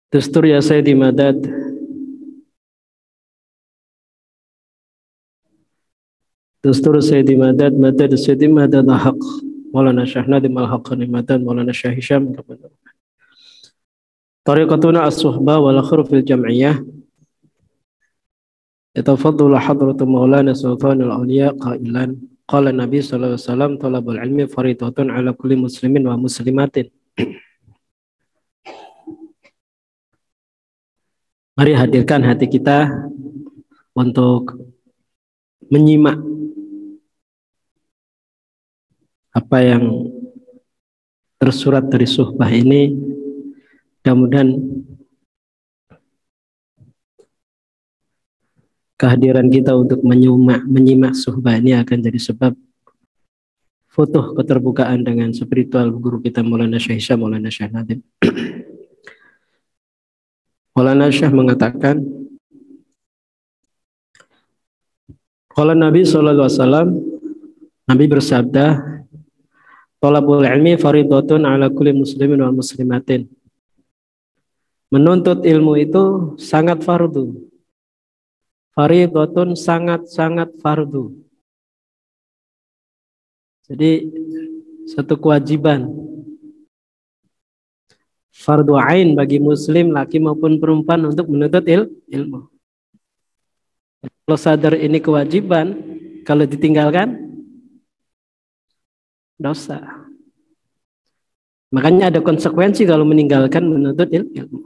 Dustur ya Sayyidi Madad. Dustur Sayyidi Madad, Madad Sayyidi Madad Al-Haq. Maulana Syekh Nadim Al-Haqqani Madad, Maulana Syekh Hisham. Tariqatuna as-suhbah wal khurufil jam'iyah. Yatafaddalu hadratu Maulana Sultanul Awliya qailan. Qala Nabi sallallahu alaihi wasallam talabul ilmi faridatun ala kulli muslimin wa muslimatin. Mari hadirkan hati kita untuk menyimak apa yang tersurat dari suhbah ini. Mudah-mudahan kehadiran kita untuk menyimak suhbah ini akan jadi sebab futuh keterbukaan dengan spiritual guru kita Maulana Syekh Hisham, Maulana Syekh Nadim. Maulana Syekh mengatakan, kalau Nabi SAW, Nabi bersabda, Thalabul ilmi faridatun ala kulli muslimin wal muslimatin. Menuntut ilmu itu sangat fardu. Faridatun sangat-sangat fardu. Jadi satu kewajiban. Fardu ain bagi muslim laki maupun perempuan untuk menuntut ilmu. Kalau sadar ini kewajiban, kalau ditinggalkan dosa. Makanya ada konsekuensi kalau meninggalkan menuntut ilmu.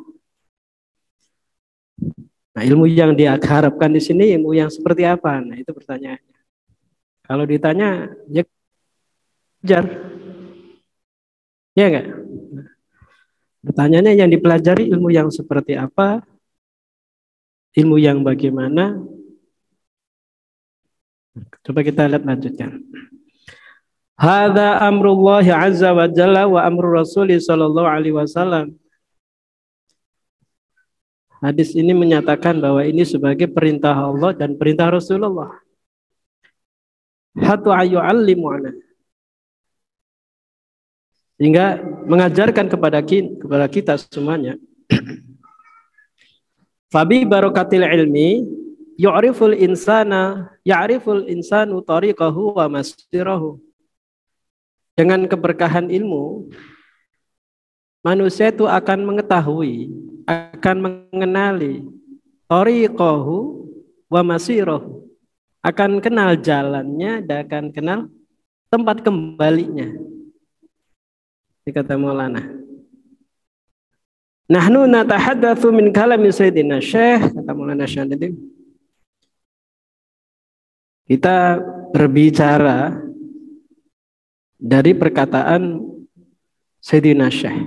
Nah, ilmu yang diharapkan di sini ilmu yang seperti apa? Nah, itu pertanyaannya. Kalau ditanya, ya kejar. Ya enggak? Pertanyaannya yang dipelajari ilmu yang seperti apa? Ilmu yang bagaimana? Coba kita lihat lanjutkan. Hadza amrullah azza wa jalla wa amru rasul sallallahu alaihi wasallam. Hadis ini menyatakan bahwa ini sebagai perintah Allah dan perintah Rasulullah. Hatta ayu'allimu'ana. Sehingga mengajarkan kepada kita semuanya. Fabi barokatil ilmi ya'riful insanu tariqahu wa masirahu. Dengan keberkahan ilmu, manusia itu akan mengetahui, akan mengenali tariqahu wa masirahu. Akan kenal jalannya dan akan kenal tempat kembalinya. Dikata Maulana. Nahnu natahaddatsu min kalami Sayyidina Syekh, kata Maulana Syekh Nadim. Kita berbicara dari perkataan Sayyidina Syekh.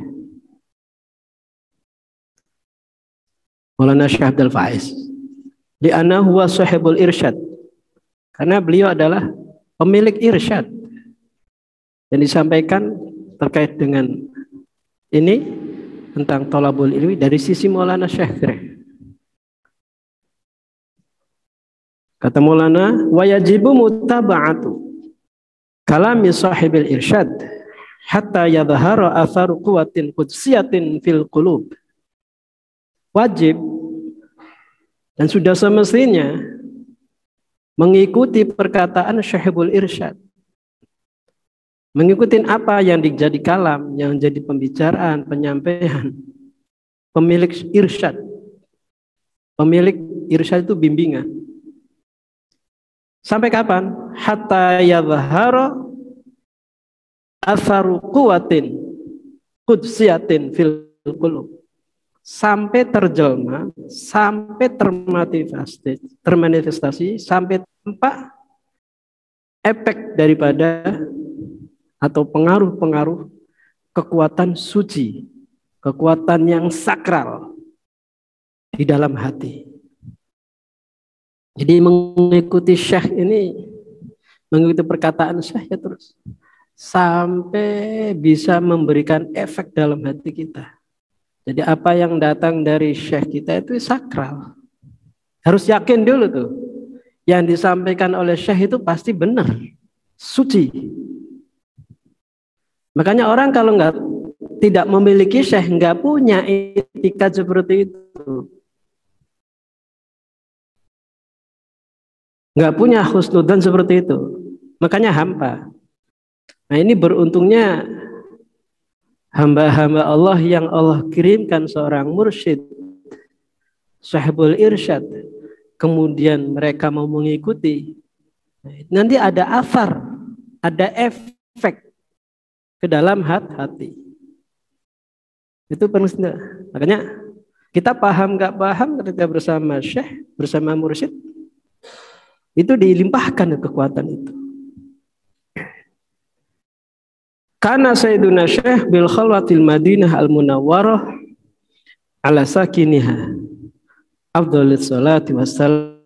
Maulana Syekh Abdul Faiz. Li'anna huwa sahibul irsyad. Karena beliau adalah pemilik irsyad. Yang disampaikan terkait dengan ini tentang thalabul ilmi dari sisi Maulana Syekh. Kata Maulana, wa yajibu mutaba'atu kalami sahibil irsyad hatta yadhhara atharu quwwatin qudsiyatin fil qulub. Wajib dan sudah semestinya mengikuti perkataan Sahibul Irsyad. Mengikuti apa yang dijadi kalam, yang jadi pembicaraan, penyampaian pemilik irsyad. Pemilik irsyad itu bimbingan. Sampai kapan? Hatta yadhhara atharu quwwatin qudsiyatin fil qulub. Sampai terjelma, sampai termanifestasi, sampai tampak efek daripada atau pengaruh-pengaruh kekuatan suci, kekuatan yang sakral di dalam hati. Jadi mengikuti Syekh ini, mengikuti perkataan Syekh ya terus sampai bisa memberikan efek dalam hati kita. Jadi apa yang datang dari Syekh kita itu sakral. Harus yakin dulu tuh. Yang disampaikan oleh Syekh itu pasti benar. Suci. Makanya orang kalau tidak memiliki Syekh, nggak punya itikat seperti itu. Nggak punya husnudzan seperti itu. Makanya hampa. Nah ini beruntungnya hamba-hamba Allah yang Allah kirimkan seorang mursyid, sahibul irsyad. Kemudian mereka mau mengikuti. Nanti ada asar, ada efek ke dalam hati. Itu penting. Makanya kita paham nggak paham ketika bersama syekh, bersama mursyid, itu dilimpahkan kekuatan itu. Karena Sayyiduna Syekh bil khalwatil Madinah al-Munawwarah ala sakiniha afdhalus salati wassalam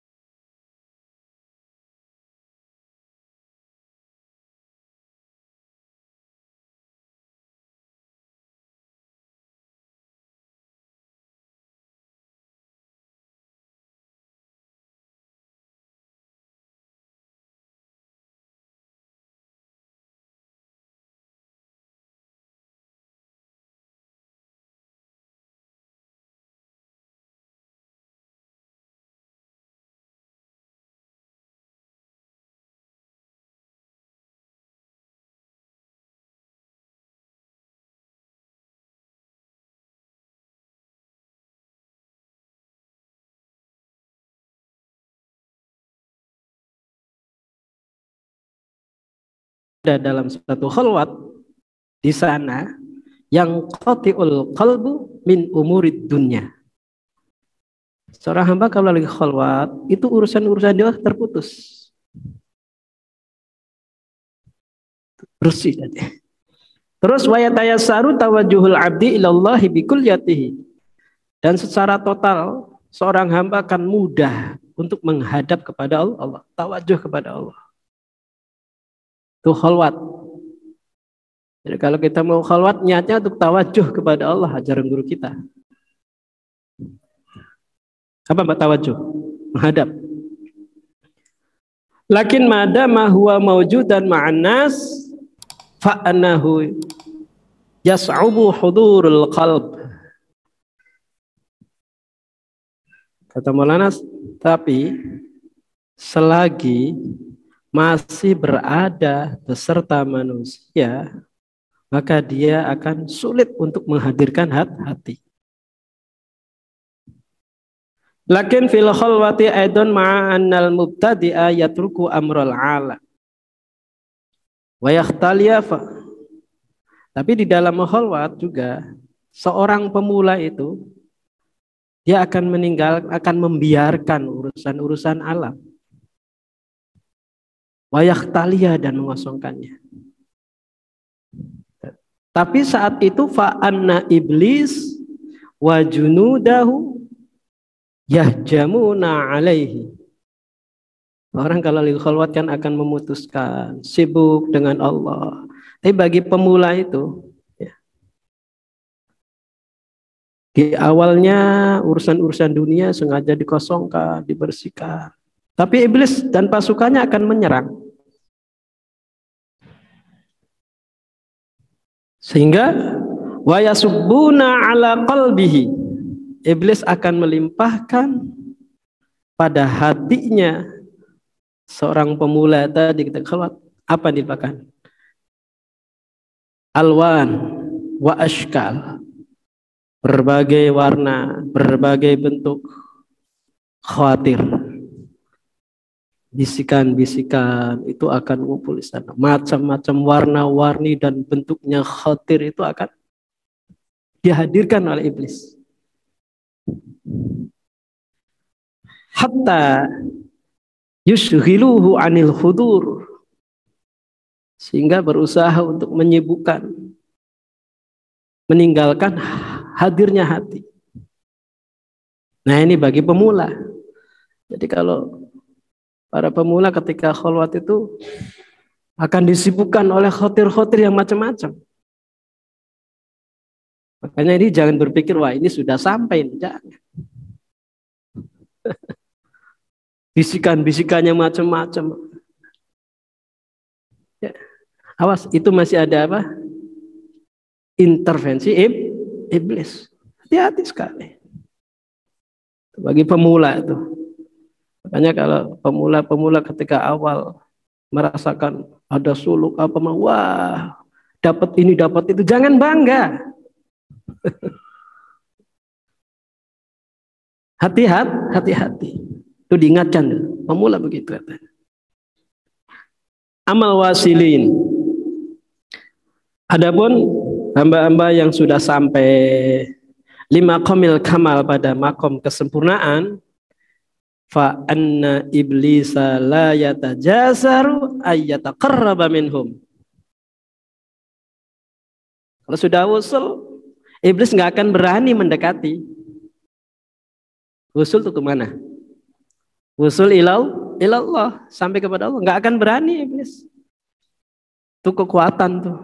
dalam satu khalwat di sana yang qati'ul qalbu min umurid dunya. Seorang hamba kalau lagi khalwat itu urusan-urusan dia terputus. Bersih aja. Terus wa yatayassaru tawajjuhul abdi ilallahi bikulliyatihi. Dan secara total seorang hamba akan mudah untuk menghadap kepada Allah, tawajuh kepada Allah. Itu khalwat. Jadi kalau kita mau khalwat niatnya untuk tawajuh kepada Allah, ajaran guru kita. Apa mbak tawajuh? Menghadap. Lakin madama huwa mawjudan ma'an nas fa'annahu yas'ubu hudurul qalb. Kata Maulana, tapi selagi masih berada beserta manusia, maka dia akan sulit untuk menghadirkan hati. Lakin fil khalwati aidon ma'annal mubtadi'a yatruku amral ala wa yakhtaliya. Tapi di dalam khalwat juga seorang pemula itu dia akan membiarkan urusan-urusan alam. Wa yakhtaliya dan mengosongkannya. Tapi saat itu fa'anna iblis wa junudahu yahjamuna alaihi. Orang kalau lagi khalwat kan akan memutuskan sibuk dengan Allah. Tapi bagi pemula itu ya, di awalnya urusan-urusan dunia sengaja dikosongkan, dibersihkan. Tapi iblis dan pasukannya akan menyerang. Sehingga wa yasubbuna ala qalbihi. Iblis akan melimpahkan pada hatinya seorang pemula tadi kita khalwat. Apa yang dilimpahkan? Alwan wa ashkal. Berbagai warna, berbagai bentuk khawatir. Bisikan-bisikan itu akan ngumpul di sana. Macam-macam warna-warni dan bentuknya khawatir itu akan dihadirkan oleh iblis. Hatta yushghiluhu anil hudur. Sehingga berusaha untuk menyibukkan, meninggalkan hadirnya hati. Nah ini bagi pemula. Jadi kalau para pemula ketika khalwat itu akan disibukkan oleh khotir-khotir yang macam-macam. Makanya ini jangan berpikir wah ini sudah sampai, jangan. Bisikan-bisikannya macam-macam. Ya. Awas, itu masih ada apa? Intervensi iblis. Hati-hati sekali. Bagi pemula itu. Makanya kalau pemula ketika awal merasakan ada suluk apa mah, wah, dapat ini dapat itu, jangan bangga. Hati-hati. Itu diingatkan, pemula begitu katanya. Amal wasilin. Adapun hamba-hamba yang sudah sampai lima komil kamal pada makom kesempurnaan, fa anna iblisa la yatajasaru ayyataqarraba minhum. Kalau sudah usul, iblis nggak akan berani mendekati. Usul itu kemana? Usul ilallah, sampai kepada Allah, nggak akan berani iblis. Itu kekuatan tuh.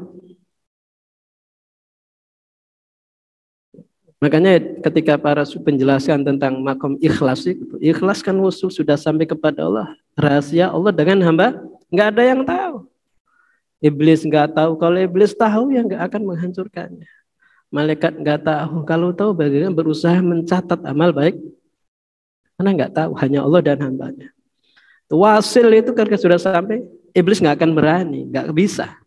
Makanya ketika para penjelasan tentang makom ikhlas itu, ikhlas kan usul sudah sampai kepada Allah, rahasia Allah dengan hamba, nggak ada yang tahu. Iblis nggak tahu, kalau iblis tahu ya nggak akan menghancurkannya. Malaikat nggak tahu, kalau tahu bagaimana berusaha mencatat amal baik, karena nggak tahu, hanya Allah dan hambanya. Wasil itu ketika sudah sampai, iblis nggak akan berani, nggak bisa.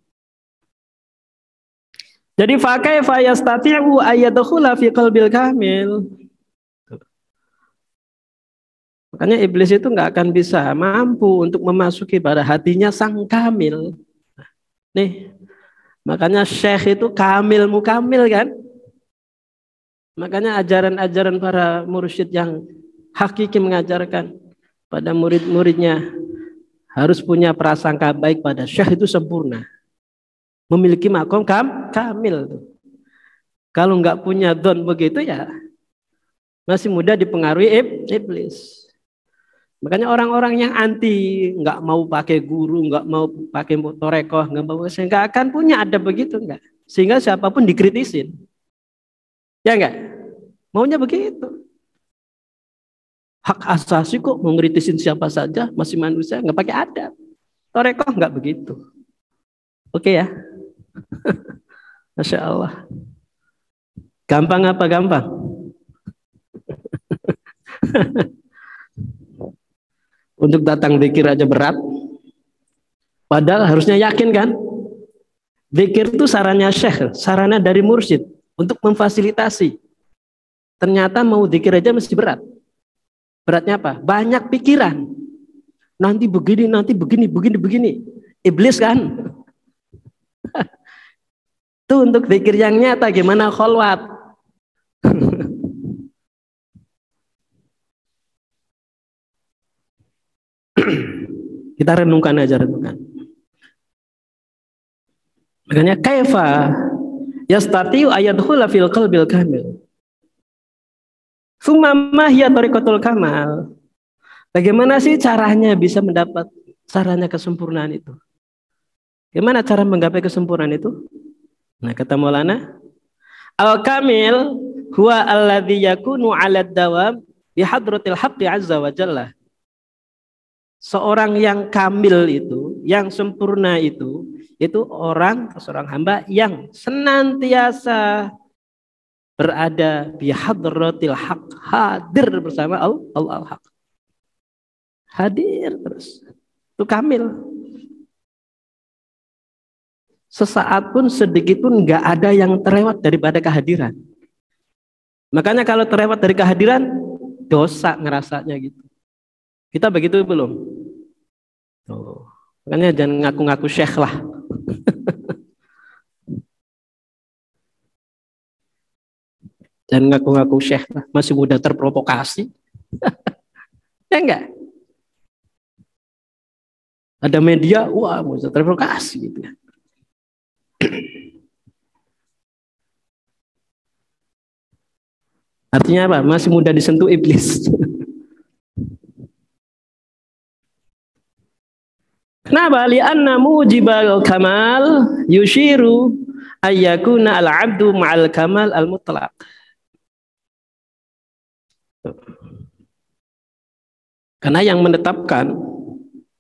Jadi fakaifa yastati'u ayyadkhula fi qalbil kamil. Makanya iblis itu nggak akan bisa mampu untuk memasuki pada hatinya sang kamil. Nih, makanya syekh itu kamil mukamil kan? Makanya ajaran-ajaran para mursyid yang hakiki mengajarkan pada murid-muridnya harus punya prasangka baik pada syekh itu sempurna. Memiliki makom kamil. Kalau nggak punya don begitu ya masih mudah dipengaruhi iblis. Makanya orang-orang yang anti, nggak mau pakai guru, nggak mau pakai torekoh, nggak akan punya ada begitu nggak. Sehingga siapapun dikritisin. Ya nggak? Maunya begitu. Hak asasi kok mau ngeritisin siapa saja, masih manusia, nggak pakai adab. Torekoh nggak begitu. Oke ya. Masya Allah. Gampang apa gampang? Untuk datang zikir aja berat. Padahal harusnya yakin kan? Zikir itu sarannya syekh, sarannya dari mursyid untuk memfasilitasi. Ternyata mau zikir aja mesti berat. Beratnya apa? Banyak pikiran. Nanti begini, begini. Iblis kan? Itu untuk zikir yang nyata, gimana kholwat. Kita renungkan aja, renungkan. Makanya kaifa yastati'u ayadkhula fil qalbil kamil. Summa ma hiya tariqatul kamal. Bagaimana sih caranya bisa mendapat caranya kesempurnaan itu? Gimana cara menggapai kesempurnaan itu? Nah, kata Maulana, al-kamil huwa alladhi yakunu 'ala ad-dawam bi hadratil haqqi 'azza wa jalla. Seorang yang kamil itu, yang sempurna itu orang, seorang hamba yang senantiasa berada bi hadratil haqq, hadir bersama Allah al-haq. Hadir terus. Itu kamil. Sesaat pun sedikit pun nggak ada yang terlewat daripada kehadiran. Makanya kalau terlewat dari kehadiran, dosa ngerasanya gitu. Kita begitu belum? Tuh. Makanya jangan ngaku-ngaku syekh lah. Jangan ngaku-ngaku syekh lah. Masih mudah terprovokasi. Ya enggak? Ada media, wah mudah terprovokasi gitu ya. Artinya apa? Masih mudah disentuh iblis. Kenapa? Li'anna mujibal kamal yushiru ayyakuna al-'abdu ma'al kamal al-mutlaq. Karena yang menetapkan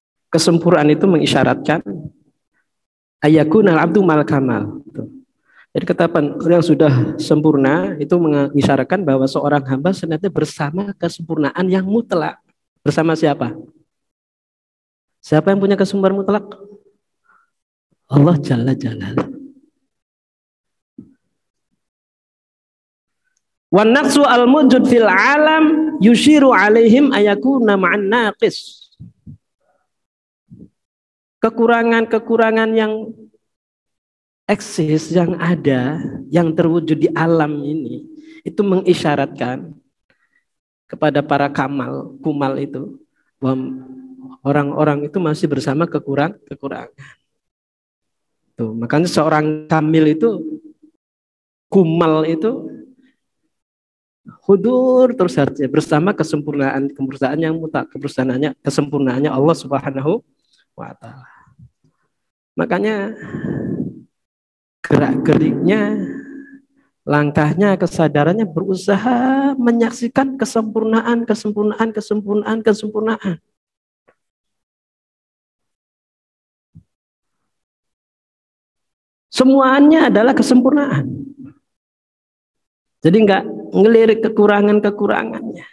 kesempurnaan itu mengisyaratkan ayyakuna al-'abdu ma'al kamal. Jadi ketetapan yang sudah sempurna itu mengisyaratkan bahwa seorang hamba senantiasa bersama kesempurnaan yang mutlak. Bersama siapa? Siapa yang punya kesempurnaan mutlak? Allah Jalla Jalaluhu. Wan naqsu al mujud fil alam yushiru alaihim ayakuna ma'an naqis. Kekurangan-kekurangan yang eksis, yang ada, yang terwujud di alam ini, itu mengisyaratkan kepada para kumal itu bahwa orang-orang itu masih bersama kekurangan. Tuh, makanya seorang kamil itu, kumal itu hudur terus harusnya bersama kesempurnaan yang mutlak, kesempurnaannya Allah Subhanahu wa taala. Makanya gerak-geriknya, langkahnya, kesadarannya berusaha menyaksikan kesempurnaan. Semuanya adalah kesempurnaan. Jadi enggak ngelirik kekurangannya.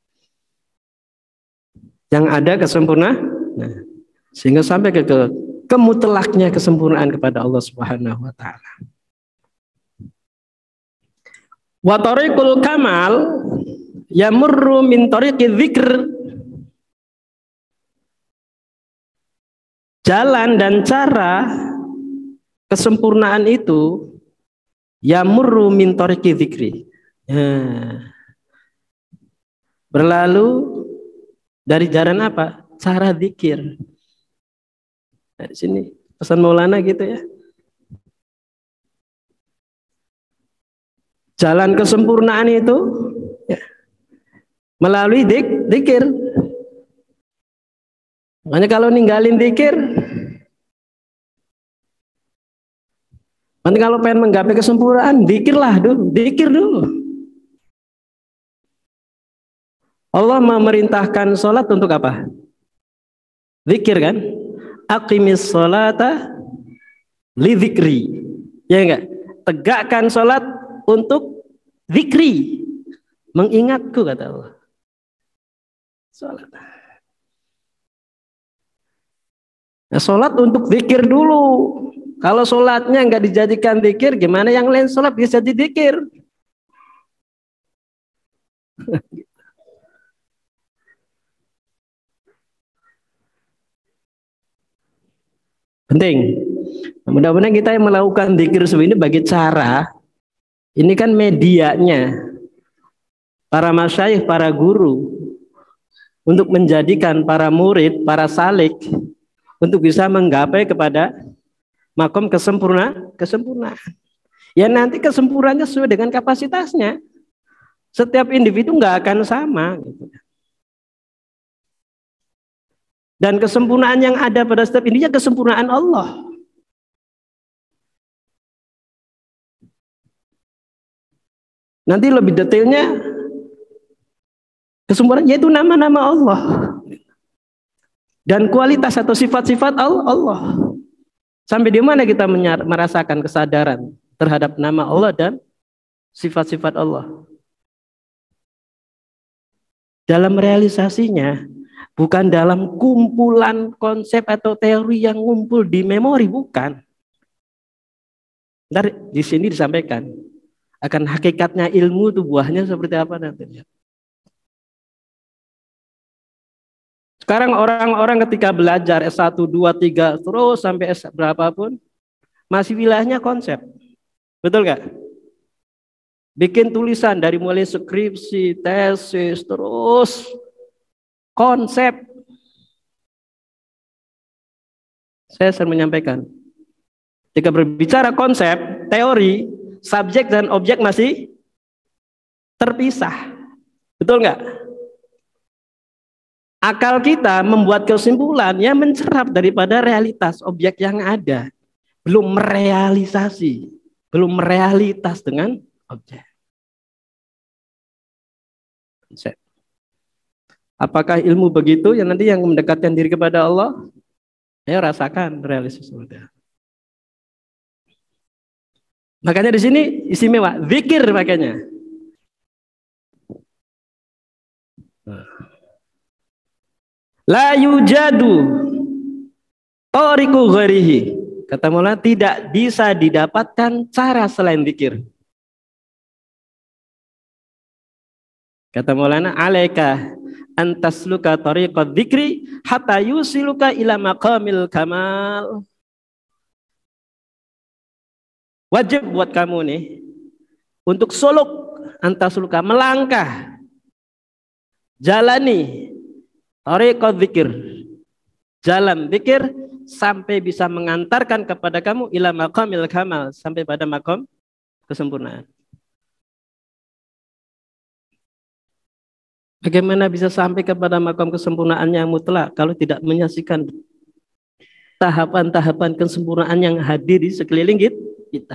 Yang ada kesempurnaan. Nah, sehingga sampai ke kemutlaknya kesempurnaan kepada Allah Subhanahu wa taala. Wa tariqul kamal yamurru min tariqi dzikr. Jalan dan cara kesempurnaan itu yamurru min tariqi dzikri. Berlalu dari jalan apa? Cara zikir. Dari sini pesan Maulana gitu ya. Jalan kesempurnaan itu ya, melalui zikir. Makanya kalau ninggalin zikir, nanti kalau pengen menggapai kesempurnaan, zikir dulu. Allah memerintahkan sholat untuk apa? Zikir kan? Aqimis sholata li dzikri. Ya enggak? Tegakkan sholat untuk zikri, mengingatku, kata Allah. Sholat. Nah, sholat untuk zikir dulu. Kalau sholatnya nggak dijadikan zikir, gimana yang lain sholat bisa jadi zikir? Penting. Nah, mudah-mudahan kita yang melakukan zikir seperti ini bagi cara, ini kan medianya para masyayikh, para guru untuk menjadikan para murid, para salik untuk bisa menggapai kepada makom kesempurnaan. Ya nanti kesempurnaannya sesuai dengan kapasitasnya. Setiap individu nggak akan sama. Gitu. Dan kesempurnaan yang ada pada setiap individu kesempurnaan Allah. Nanti lebih detailnya kesempurnaan yaitu nama-nama Allah dan kualitas atau sifat-sifat Allah. Sampai di mana kita merasakan kesadaran terhadap nama Allah dan sifat-sifat Allah. Dalam realisasinya, bukan dalam kumpulan konsep atau teori yang ngumpul di memori, bukan. Ntar di sini disampaikan akan hakikatnya ilmu itu buahnya seperti apa nanti. Sekarang orang-orang ketika belajar S1, 2, 3 terus sampai S berapapun masih wilayahnya konsep. Betul nggak? Bikin tulisan dari mulai skripsi, tesis, terus konsep. Saya sering menyampaikan, jika berbicara konsep, teori, subjek dan objek masih terpisah. Betul nggak? Akal kita membuat kesimpulan yang mencerap daripada realitas objek yang ada. Belum merealisasi, belum merealitas dengan objek. Apakah ilmu begitu yang nanti yang mendekatkan diri kepada Allah? Ayo rasakan realisasi sudah. Makanya di sini istimewa, zikir makanya. La yujadu tariqu ghairihi. Kata Maulana, tidak bisa didapatkan cara selain zikir. Kata Maulana, alaika antasluka tariqad dzikri hatta yusiluka ila maqamil kamal. Wajib buat kamu nih untuk suluk antasluka, melangkah, jalani tariqad dzikir, jalan zikir sampai bisa mengantarkan kepada kamu ila maqamil kamal, sampai pada maqam kesempurnaan. Bagaimana bisa sampai kepada maqam kesempurnaan yang mutlak kalau tidak menyaksikan tahapan-tahapan kesempurnaan yang hadir di sekeliling kita?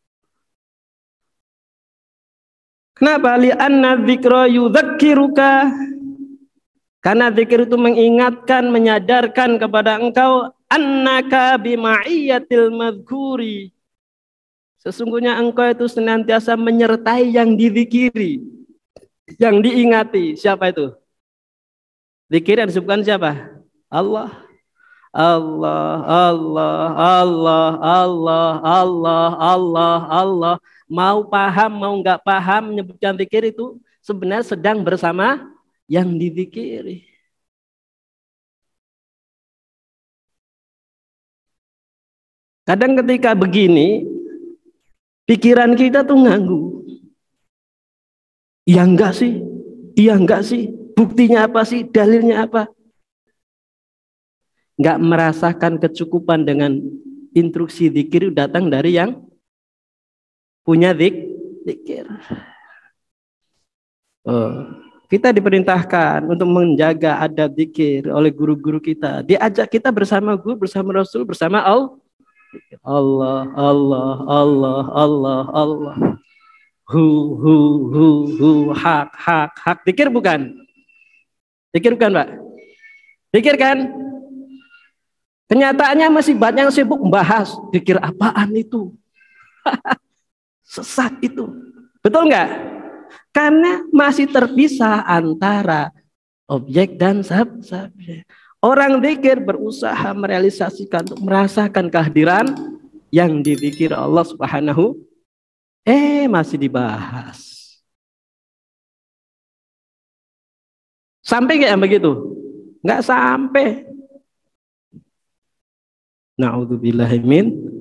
Kenapa? Li'anna dzikra yudzakiruka. Karena zikir itu mengingatkan, menyadarkan kepada engkau annaka bima'iyyatil madhkuri. Sesungguhnya engkau itu senantiasa menyertai yang dizikiri, yang diingati. Siapa itu? Zikir yang disebutkan siapa? Allah. Allah, Allah, Allah, Allah, Allah, Allah, Allah. Mau paham, mau nggak paham, menyebutkan zikir itu sebenarnya sedang bersama yang dizikiri. Kadang ketika begini, pikiran kita tuh nganggu. Iya enggak sih? Iya enggak sih? Buktinya apa sih? Dalilnya apa? Enggak merasakan kecukupan dengan instruksi zikir datang dari yang punya zikir. Kita diperintahkan untuk menjaga adab zikir oleh guru-guru kita. Diajak kita bersama guru, bersama Rasul, bersama Allah. Allah, Allah, Allah, Allah, Allah. Hu, hak, hak, hak. Zikir bukan? Zikir bukan, Pak? Zikir kan? Kenyataannya masih banyak yang sibuk membahas zikir apaan itu. Sesat itu. Betul nggak? Karena masih terpisah antara objek dan subjek. Orang zikir berusaha merealisasikan untuk merasakan kehadiran yang dizikir Allah Subhanahu. Masih dibahas. Sampai nggak yang begitu? Nggak sampai. Na'udzubillahi min.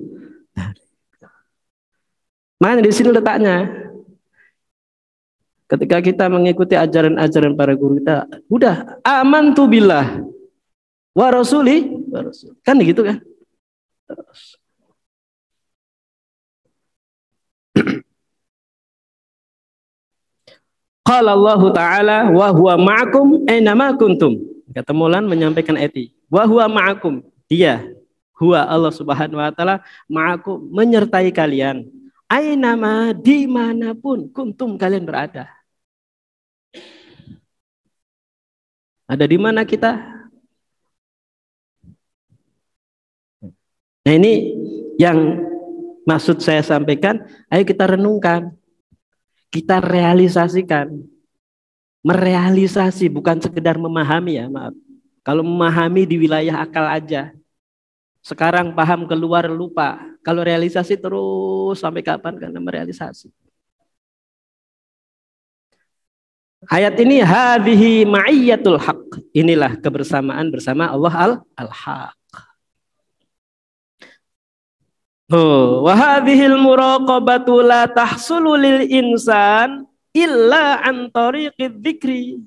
Mana di sini letaknya? Ketika kita mengikuti ajaran-ajaran para guru kita, udah amantu billah wa rasuli, kan gitu kan? Qala Allah Ta'ala wa huwa ma'akum aina ma kuntum. Kata Maulana menyampaikan ayat wa huwa ma'akum, dia huwa Allah Subhanahu wa taala ma'akum, menyertai kalian. Aina ma, dimanapun kuntum kalian berada. Ada di mana kita? Nah ini yang maksud saya sampaikan, ayo kita renungkan. Kita realisasikan. Merealisasi, bukan sekedar memahami ya, maaf. Kalau memahami di wilayah akal aja. Sekarang paham keluar lupa. Kalau realisasi terus sampai kapan karena merealisasi. Ayat ini hadhihi ma'iyyatul haq. Inilah kebersamaan bersama Allah al-haq. Wa hadhil muraqabatu la tahsulu lil insan illa an tariqid dzikri.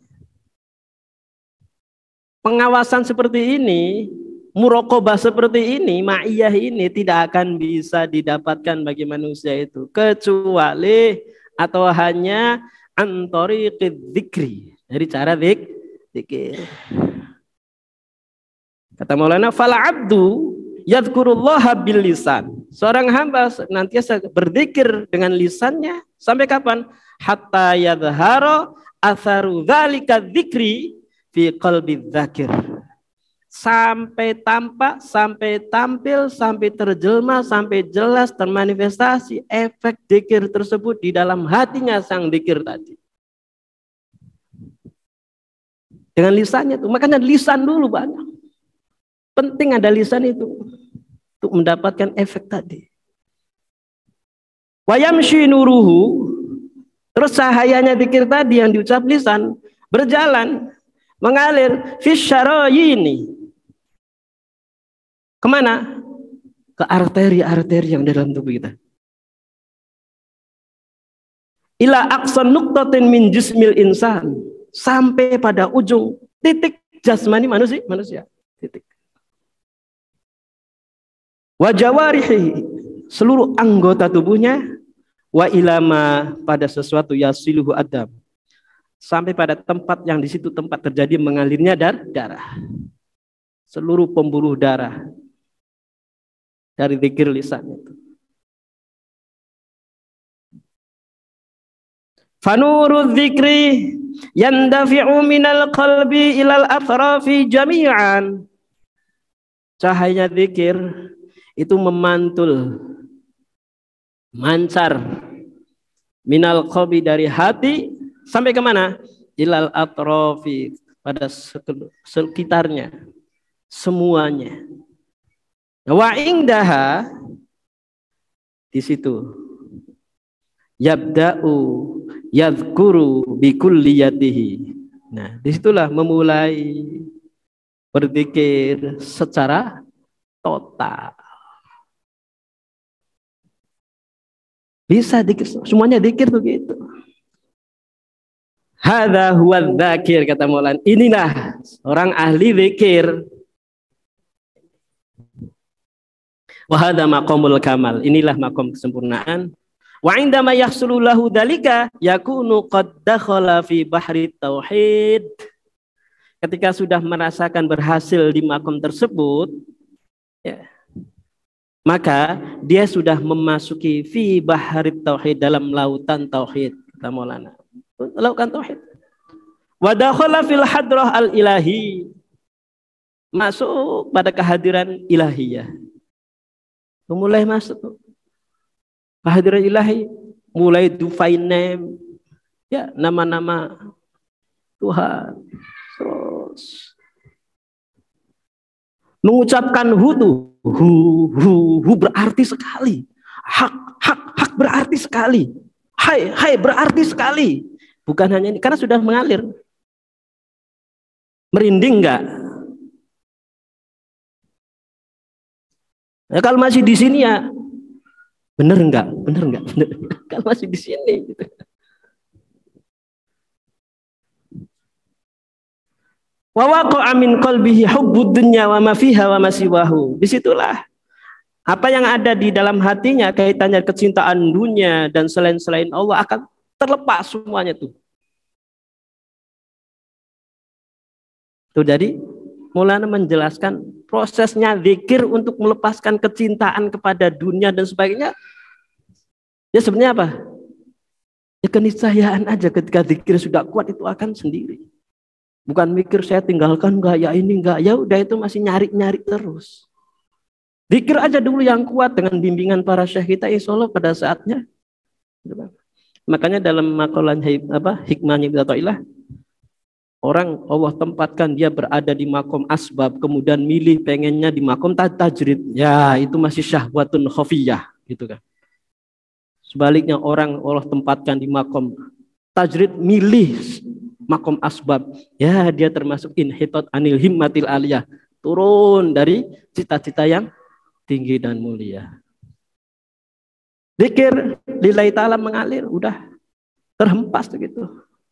Pengawasan seperti ini, muraqabah seperti ini, ma'iyah ini tidak akan bisa didapatkan bagi manusia itu kecuali atau hanya an tariqid dzikri, dari cara zikir. Kata Maulana, fal abdu yadhkurullaha bil lisan. Seorang hamba senantiasa berzikir dengan lisannya sampai kapan? Hatta yadhhara atharu dzalika dzikri fi qalbi dzakir. sampai tampak, sampai tampil, sampai terjelma, sampai jelas termanifestasi efek dzikir tersebut di dalam hatinya sang dzikir tadi. Dengan lisannya itu, makanya lisan dulu banyak. Penting ada lisan itu untuk mendapatkan efek tadi. Wayamshi nuruhu, terus cahayanya dzikir tadi yang diucap lisan berjalan, mengalir fisyarayini. Kemana? Ke arteri-arteri yang dalam tubuh kita. Ila aqsan nuqtatin min jismil insan, sampai pada ujung titik jasmani manusia. Titik. Wa jawarihi, seluruh anggota tubuhnya, wa ilama, pada sesuatu yasiluhu adam, sampai pada tempat yang di situ tempat terjadi mengalirnya darah. Seluruh pembuluh darah dari dzikir lisan itu. Fanuru dzikri yandafi'u minal qalbi ilal atrafi jami'an. Cahaya dzikir itu memantul, mancar minal qalbi, dari hati sampai kemana? Ilal atrafi, pada sekitarnya, semuanya. Wa indaha, di situ yabda'u yadhkuru bikulliyatihi. Nah, disitulah memulai berzikir secara total. Bisa dikir, semuanya dikir begitu. Hadza huwa dzakir, kata Maulana. Inilah orang ahli zikir. Wa hadza maqamul kamal, inilah maqam kesempurnaan. Wa indama yahsulu lahu dzalika yakunu qad dakhala fi bahri tauhid. Ketika sudah merasakan berhasil di maqam tersebut, ya, maka dia sudah memasuki fi bahri tauhid, dalam lautan tauhid, kata Maulana. Lautan tauhid. Wa dakhala fil hadrah al ilahi, masuk pada kehadiran ilahiyah. Mulai masuk kehadiran ilahi, mulai divine name, ya, nama-nama Tuhan, terus mengucapkan hu berarti sekali, hak berarti sekali, hai berarti sekali. Bukan hanya ini, karena sudah mengalir. Merinding enggak? Ya, kalau masih di sini ya bener enggak? Kalau masih di sini gitu. Wa waqa'a min qalbihi hubbud dunya wa ma fiha wa ma siwahu. Disitulah apa yang ada di dalam hatinya kaitannya kecintaan dunia dan selain Allah akan terlepas semuanya tuh. Tuh, jadi Maulana menjelaskan prosesnya zikir untuk melepaskan kecintaan kepada dunia dan sebagainya. Ya sebenarnya apa? Ya keniscayaan aja, ketika zikir sudah kuat itu akan sendiri. Bukan mikir saya tinggalkan enggak, ya ini enggak, ya udah, itu masih nyari terus. Zikir aja dulu yang kuat dengan bimbingan para syekh kita, insya Allah pada saatnya. Makanya dalam makalah hikmahnya Ibnu Athaillah, orang Allah tempatkan dia berada di makom asbab, kemudian milih pengennya di makom tajrid, ya itu masih syahwatun khafiyah gitu kan. Sebaliknya orang Allah tempatkan di makom tajrid, milih makom asbab, ya dia termasuk inhitot anil himmatil aliyah, turun dari cita-cita yang tinggi dan mulia. Zikir lillahi ta'ala mengalir, udah terhempas begitu.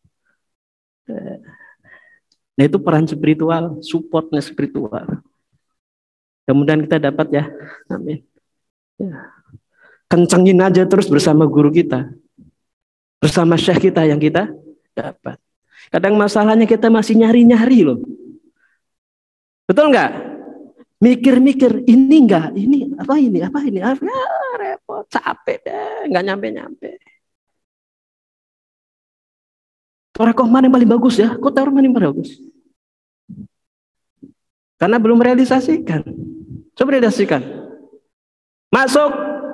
Nah itu peran spiritual, supportnya spiritual. Kemudian kita dapat, ya, amin. Ya. Kencengin aja terus bersama guru kita, bersama syekh kita yang kita dapat. Kadang masalahnya kita masih nyari-nyari loh. Betul nggak? Mikir-mikir, ini enggak, ini apa ini, ya, repot, capek deh, nggak nyampe-nyampe. Torekoh mana yang paling bagus ya? Kok taruh mana yang paling bagus? Karena belum realisasikan. Coba realisasikan. Masuk,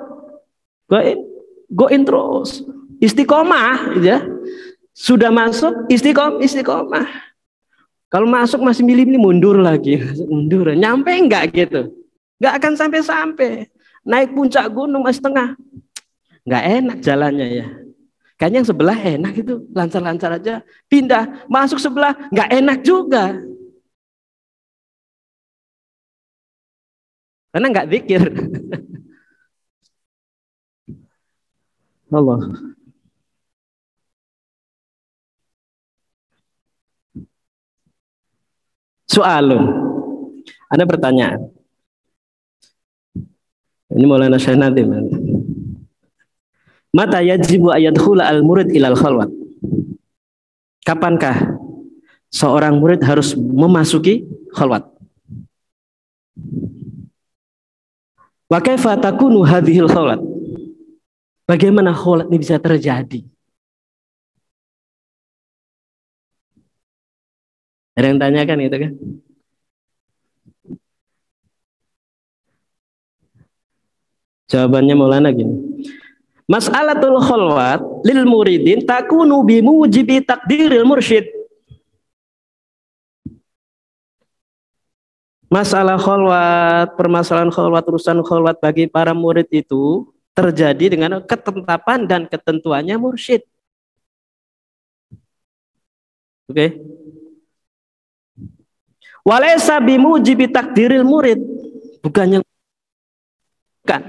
go in terus. Istiqomah, ya. Sudah masuk, istiqomah. Kalau masuk masih milih-milih, mundur lagi, mundur. Nyampe enggak gitu? Enggak akan sampai-sampai. Naik puncak gunung masih tengah. Enggak enak jalannya ya. Kayaknya yang sebelah enak itu, lancar-lancar aja. Pindah, masuk sebelah, enggak enak juga. Karena enggak zikir. Allah. Soalun. Ada pertanyaan. Ini Maulana Syekh Nadim. Mata yajibu ayadkhula al-murid ilal khalwat. Kapankah seorang murid harus memasuki khalwat? Wa kaifa takunu hadhil khalwat? Bagaimana khalwat ini bisa terjadi? Ada yang tanyakan itu kan? Jawabannya Maulana gini. Mas'alatul khalwat lil muridin takunu bimujibi takdiril mursyid. Masalah khalwat, permasalahan khalwat, urusan khalwat bagi para murid itu terjadi dengan ketetapan dan ketentuannya mursyid. Oke. Walaysa bimujibi takdiril murid. Bukannya kan.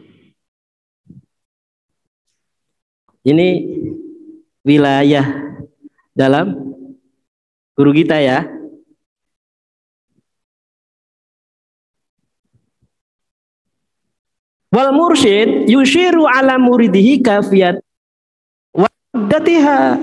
Ini wilayah dalam guru kita ya. Wal mursyid yushiru ala muridihi kafiyat wadatiha.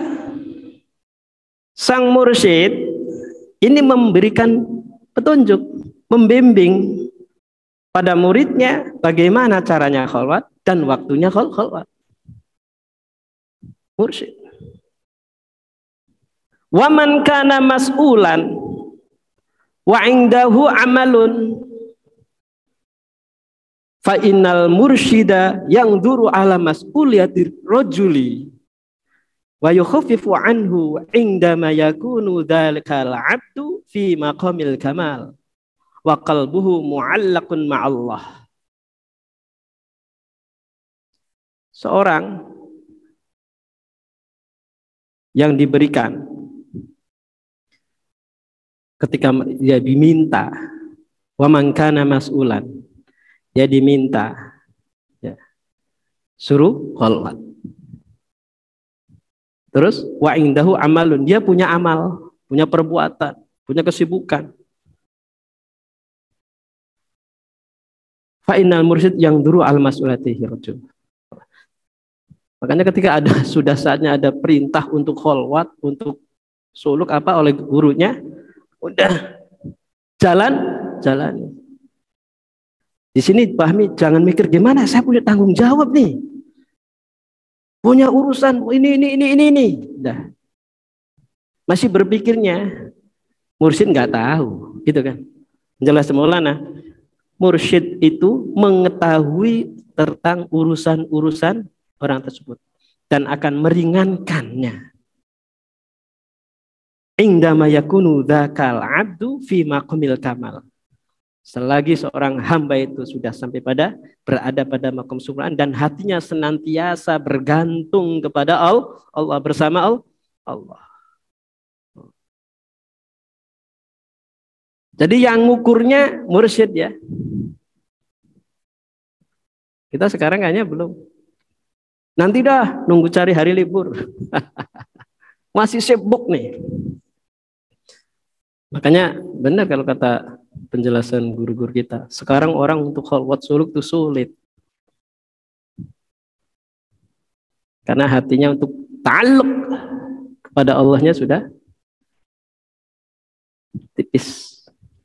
Sang mursyid ini memberikan petunjuk, membimbing pada muridnya bagaimana caranya khalwat dan waktunya khalwat. Mursyid. Wa man kana mas'ulan wa indahu amalun fa innal mursyida yang duru ala mas'uliyatir rajuli wa yukhaffifu anhu indama yakunu dzalikal 'abdu fi maqamil kamal wa qalbuhu mu'allaqun ma'allah. Seorang yang diberikan ketika dia diminta wa man kana mas'ulan, dia diminta ya, suruh khalwat. Terus wa indahu amalun, dia punya amal, punya perbuatan, punya kesibukan. Fa innal mursyid yang duru al mas'ulatihi rajul. Makanya ketika sudah saatnya ada perintah untuk khalwat, untuk suluk apa oleh gurunya, udah jalan. Di sini pahami, jangan mikir gimana saya punya tanggung jawab nih. Punya urusan ini. Udah. Masih berpikirnya mursyid nggak tahu, gitu kan. Jelas Maulana, mursyid itu mengetahui tentang urusan-urusan orang tersebut dan akan meringankannya. Indama yakunu dzakal 'abdu fi maqamil kamal. Selagi seorang hamba itu sudah sampai berada pada maqam sempurna dan hatinya senantiasa bergantung kepada Allah, bersama Allah. Jadi yang ngukurnya mursyid ya. Kita sekarang kayaknya belum. Nanti dah, nunggu cari hari libur. Masih sibuk nih. Makanya benar kalau kata penjelasan guru-guru kita. Sekarang orang untuk khalwat suluk itu sulit. Karena hatinya untuk ta'alluq kepada Allahnya sudah tipis.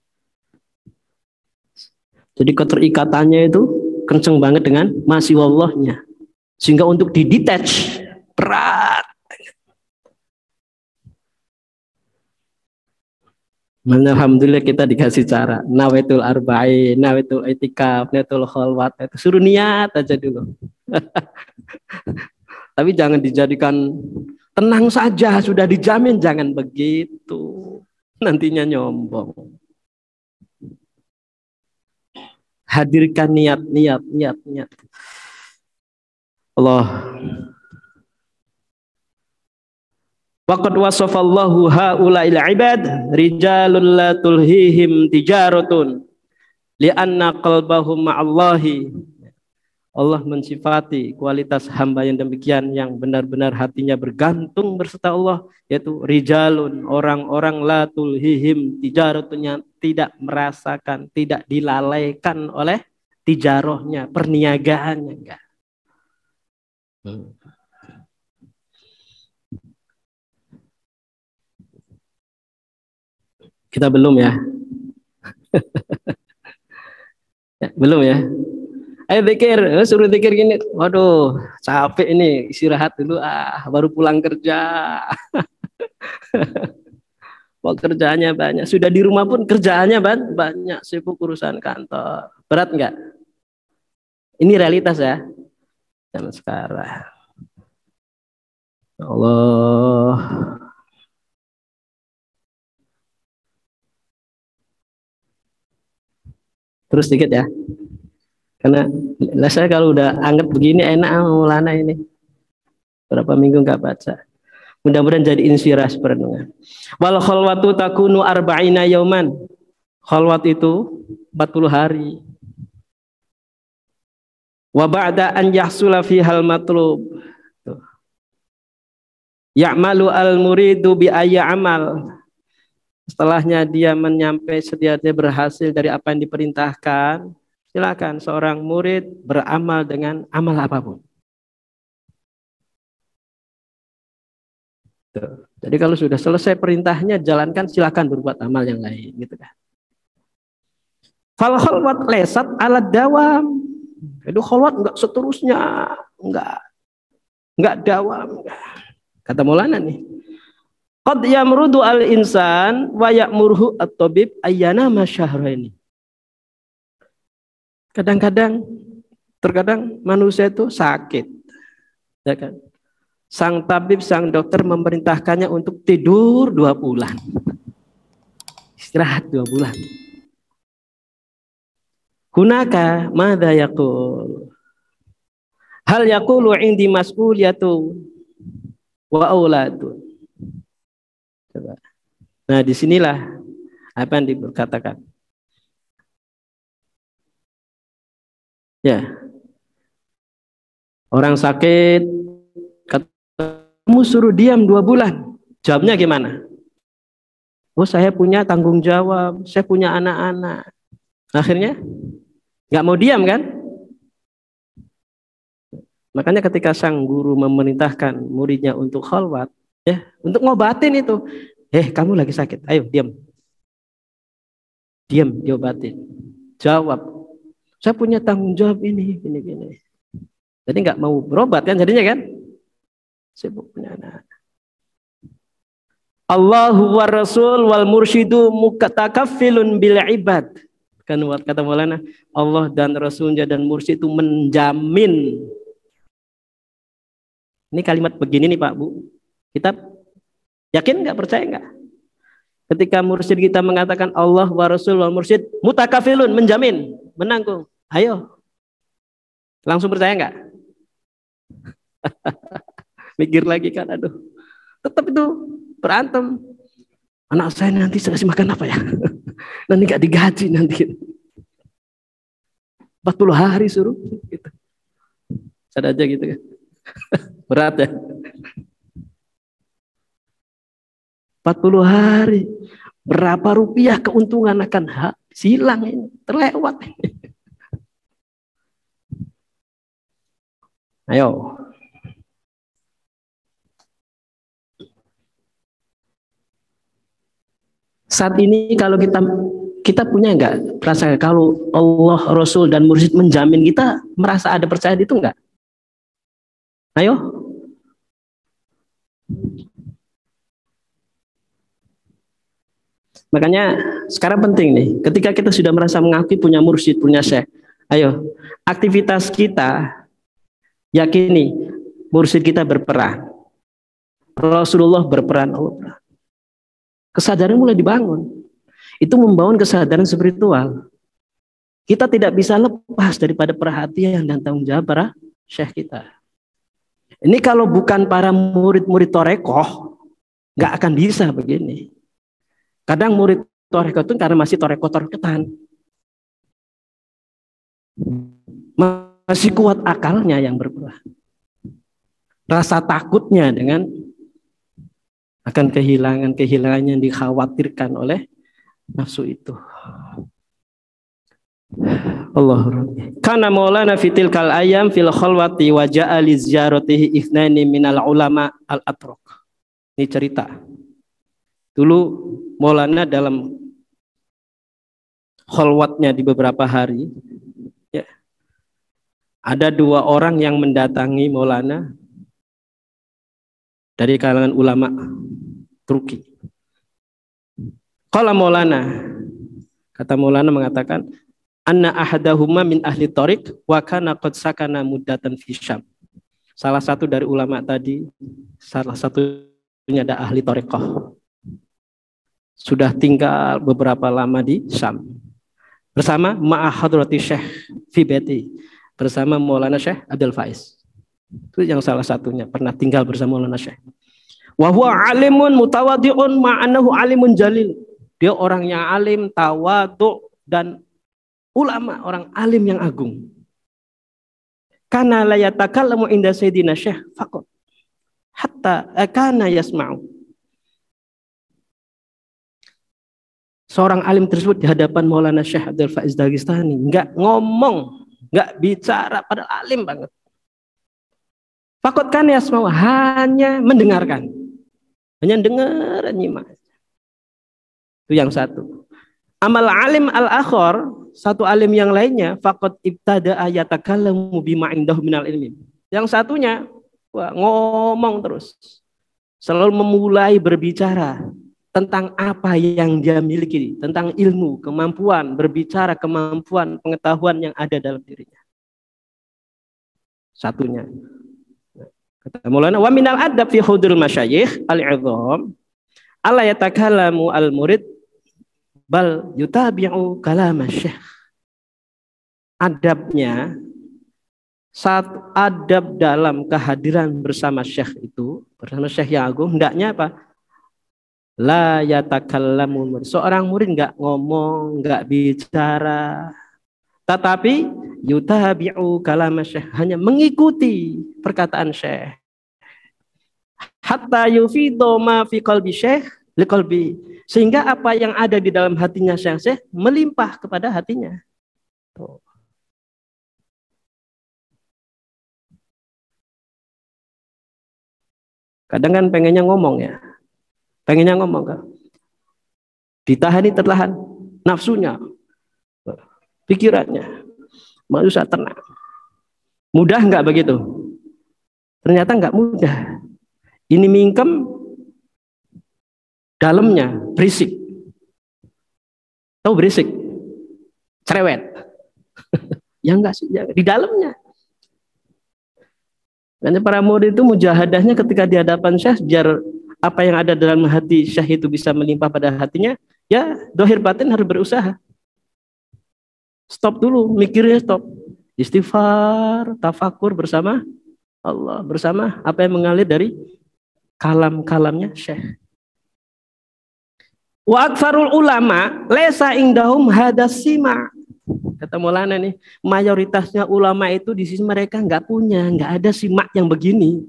Jadi keterikatannya itu kenceng banget dengan masih wallahnya. Sehingga untuk didetach berat. Alhamdulillah kita dikasih cara. Nawaitul arba'in, nawaitul itikaf, nawaitul khalwat. Itu suruh niat aja dulu. Tapi jangan dijadikan tenang saja, sudah dijamin. Jangan begitu. Nantinya nyombong. Hadirkan niat, niat, niat, niat. Allah. Waqad wasafallahu haula'il ibad rijalul la tulhihim tijaratun li'anna qalbahum ma'allahi. Allah mensifati kualitas hamba yang demikian yang benar-benar hatinya bergantung berserta Allah, yaitu rijalun, orang-orang la tulhihim tijaratun, tidak merasakan, tidak dilalaikan oleh tijarohnya, perniagaannya, enggak. Kita belum ya? Belum ya? Ayo zikir, suruh zikir gini. Waduh, capek ini, istirahat dulu baru pulang kerja. Wah, kerjaannya banyak. Sudah di rumah pun kerjaannya banyak, sibuk urusan kantor. Berat enggak? Ini realitas ya. Zaman sekarang. Allah. Terus dikit ya. Karena saya kalau udah anget begini enak Maulana ini. Berapa minggu nggak baca. Mudah-mudahan jadi inspirasi perenungan. Wal khalwatu takunu arba'ina yauman. Khalwat itu 40 hari. Wa ba'da an yahsula fihal matlub. Ya'malu al-muridu bi ayya amal. Setelahnya dia sedia dia berhasil dari apa yang diperintahkan, silakan seorang murid beramal dengan amal apapun. Tuh. Jadi kalau sudah selesai perintahnya, jalankan, silakan berbuat amal yang lain, gitu kan. Fal khalwat lesat alat dawam. Itu khalwat enggak seterusnya, enggak dawam. Kata Maulana nih. Qad yamrudu al-insan wa ya'murhu at-tabib ayyana masyahraini. Terkadang manusia itu sakit, ya kan? Sang tabib, sang dokter memerintahkannya untuk tidur 2 bulan. Istirahat 2 bulan. Hunaka madza yaqul? Hal yaqulu indi mas'uliyatu wa auladun. Coba. Nah, disinilah apa yang dikatakan. Ya, orang sakit, kamu suruh diam 2 bulan. Jawabnya gimana? Oh, saya punya tanggung jawab, saya punya anak-anak. Akhirnya nggak mau diam kan? Makanya ketika sang guru memerintahkan muridnya untuk khalwat, ya, untuk ngobatin itu, kamu lagi sakit, ayo diam, diobatin. Jawab, saya punya tanggung jawab ini. Jadi nggak mau berobat kan jadinya kan? Sibuk punya anak. Allahu wa Rasul wal mursyidu mukatakaffilun bil ibad. Kan kata Maulana, Allah dan Rasulnya dan mursyid itu menjamin. Ini kalimat begini nih Pak Bu. Kita yakin nggak, percaya nggak? Ketika mursyid kita mengatakan Allah wa Rasul wal mursyid mutakafilun, menjamin, menanggung. Ayo. Langsung percaya nggak? Mikir lagi kan, aduh. Tetap itu berantem. Anak saya nanti saya kasih makan apa ya? Nanti nggak digaji nanti. 40 hari suruh. Gitu. Sadar aja gitu kan. Berat ya. 40 hari. Berapa rupiah keuntungan akan hilang ini. Terlewat. Ayo. Saat ini kalau kita punya nggak perasaan kalau Allah, Rasul dan mursyid menjamin, kita merasa ada percaya itu nggak? Ayo. Makanya sekarang penting nih, ketika kita sudah merasa mengakui punya mursyid, punya syekh, ayo aktivitas kita yakini mursyid kita berperan, Rasulullah berperan, Allah berperan. Kesadaran mulai dibangun. Itu membangun kesadaran spiritual. Kita tidak bisa lepas daripada perhatian dan tanggung jawab para syekh kita. Ini kalau bukan para murid-murid torekoh, nggak akan bisa begini. Kadang murid torekoh itu karena masih torekoh-torekotan, masih kuat akalnya yang berubah. Rasa takutnya dengan akan kehilangan yang dikhawatirkan oleh nafsu itu. Allah. Kana maulana fitil kal ayam fil khalwati wa ja'a li ziyaratihi itsnaini minal ulama al atrok. Ini cerita. Dulu Maulana dalam khalwatnya di beberapa hari, ya, ada dua orang yang mendatangi Maulana dari kalangan ulama Turki. Qala Maulana, kata Maulana mengatakan, anna ahadahuma min ahli tariq wa kana qad sakana muddatan fi Syam. Salah satu dari ulama tadi, salah satunya ada ahli tariqah. Sudah tinggal beberapa lama di Syam. Bersama ma'a hadrati Syekh fi baiti, bersama Maulana Syekh Abdul Faiz. Itu yang salah satunya pernah tinggal bersama Maulana Syekh. Wa huwa alimun mutawadhi'un ma'anahu alimun jalil. Dia orang yang alim, tawadhu dan ulama, orang alim yang agung. Kana la yatakallamu inda sayyidina Syekh faqat hatta kana yasma'u. Seorang alim tersebut di hadapan Maulana Syekh Abdul Faiz Dagestani nggak ngomong, nggak bicara, padahal alim banget. Faqat kana yasma'u, hanya mendengarkan, hanya dengar, nyimak. Itu yang satu. Amal alim al-akhar, satu alim yang lainnya, faqad ibtada ayatakallamu bima indahu minal ilmi. Yang satunya, wah, ngomong terus. Selalu memulai berbicara tentang apa yang dia miliki, tentang ilmu, kemampuan, berbicara kemampuan, pengetahuan yang ada dalam dirinya. Satunya. Kata Maulana, wa minal adab fi huduril masyayikh al-'idham alla yatakallamu al-murid bal yutabi'u kalam syekh. Adabnya, satu adab dalam kehadiran bersama syekh itu, bersama syekh yang agung, hendaknya apa? La yatakallamu, seorang murid nggak ngomong, nggak bicara, tetapi yutabi'u kalam syekh, hanya mengikuti perkataan syekh. Hatta yufidu ma fi qalbi syekh liqalbi, sehingga apa yang ada di dalam hatinya syekh melimpah kepada hatinya. Tuh. Kadang kan pengennya ngomong ya. Pengennya ngomong kan. Ditahani tertahan nafsunya, pikirannya. Manusia tenang. Mudah nggak begitu? Ternyata nggak mudah. Ini mingkem, dalamnya berisik. Tahu berisik? Cerewet. Ya enggak sih, ya, di dalamnya. Karena para murid itu mujahadahnya ketika di hadapan syekh, biar apa yang ada dalam hati syekh itu bisa melimpah pada hatinya, ya dohir batin harus berusaha. Stop dulu, mikirnya stop. Istighfar, tafakur bersama Allah, bersama apa yang mengalir dari kalam-kalamnya syekh. Wa aktsarul ulama laisa indahum hadas sima. Kata Maulana nih, mayoritasnya ulama itu di sisi mereka nggak punya, nggak ada simak yang begini.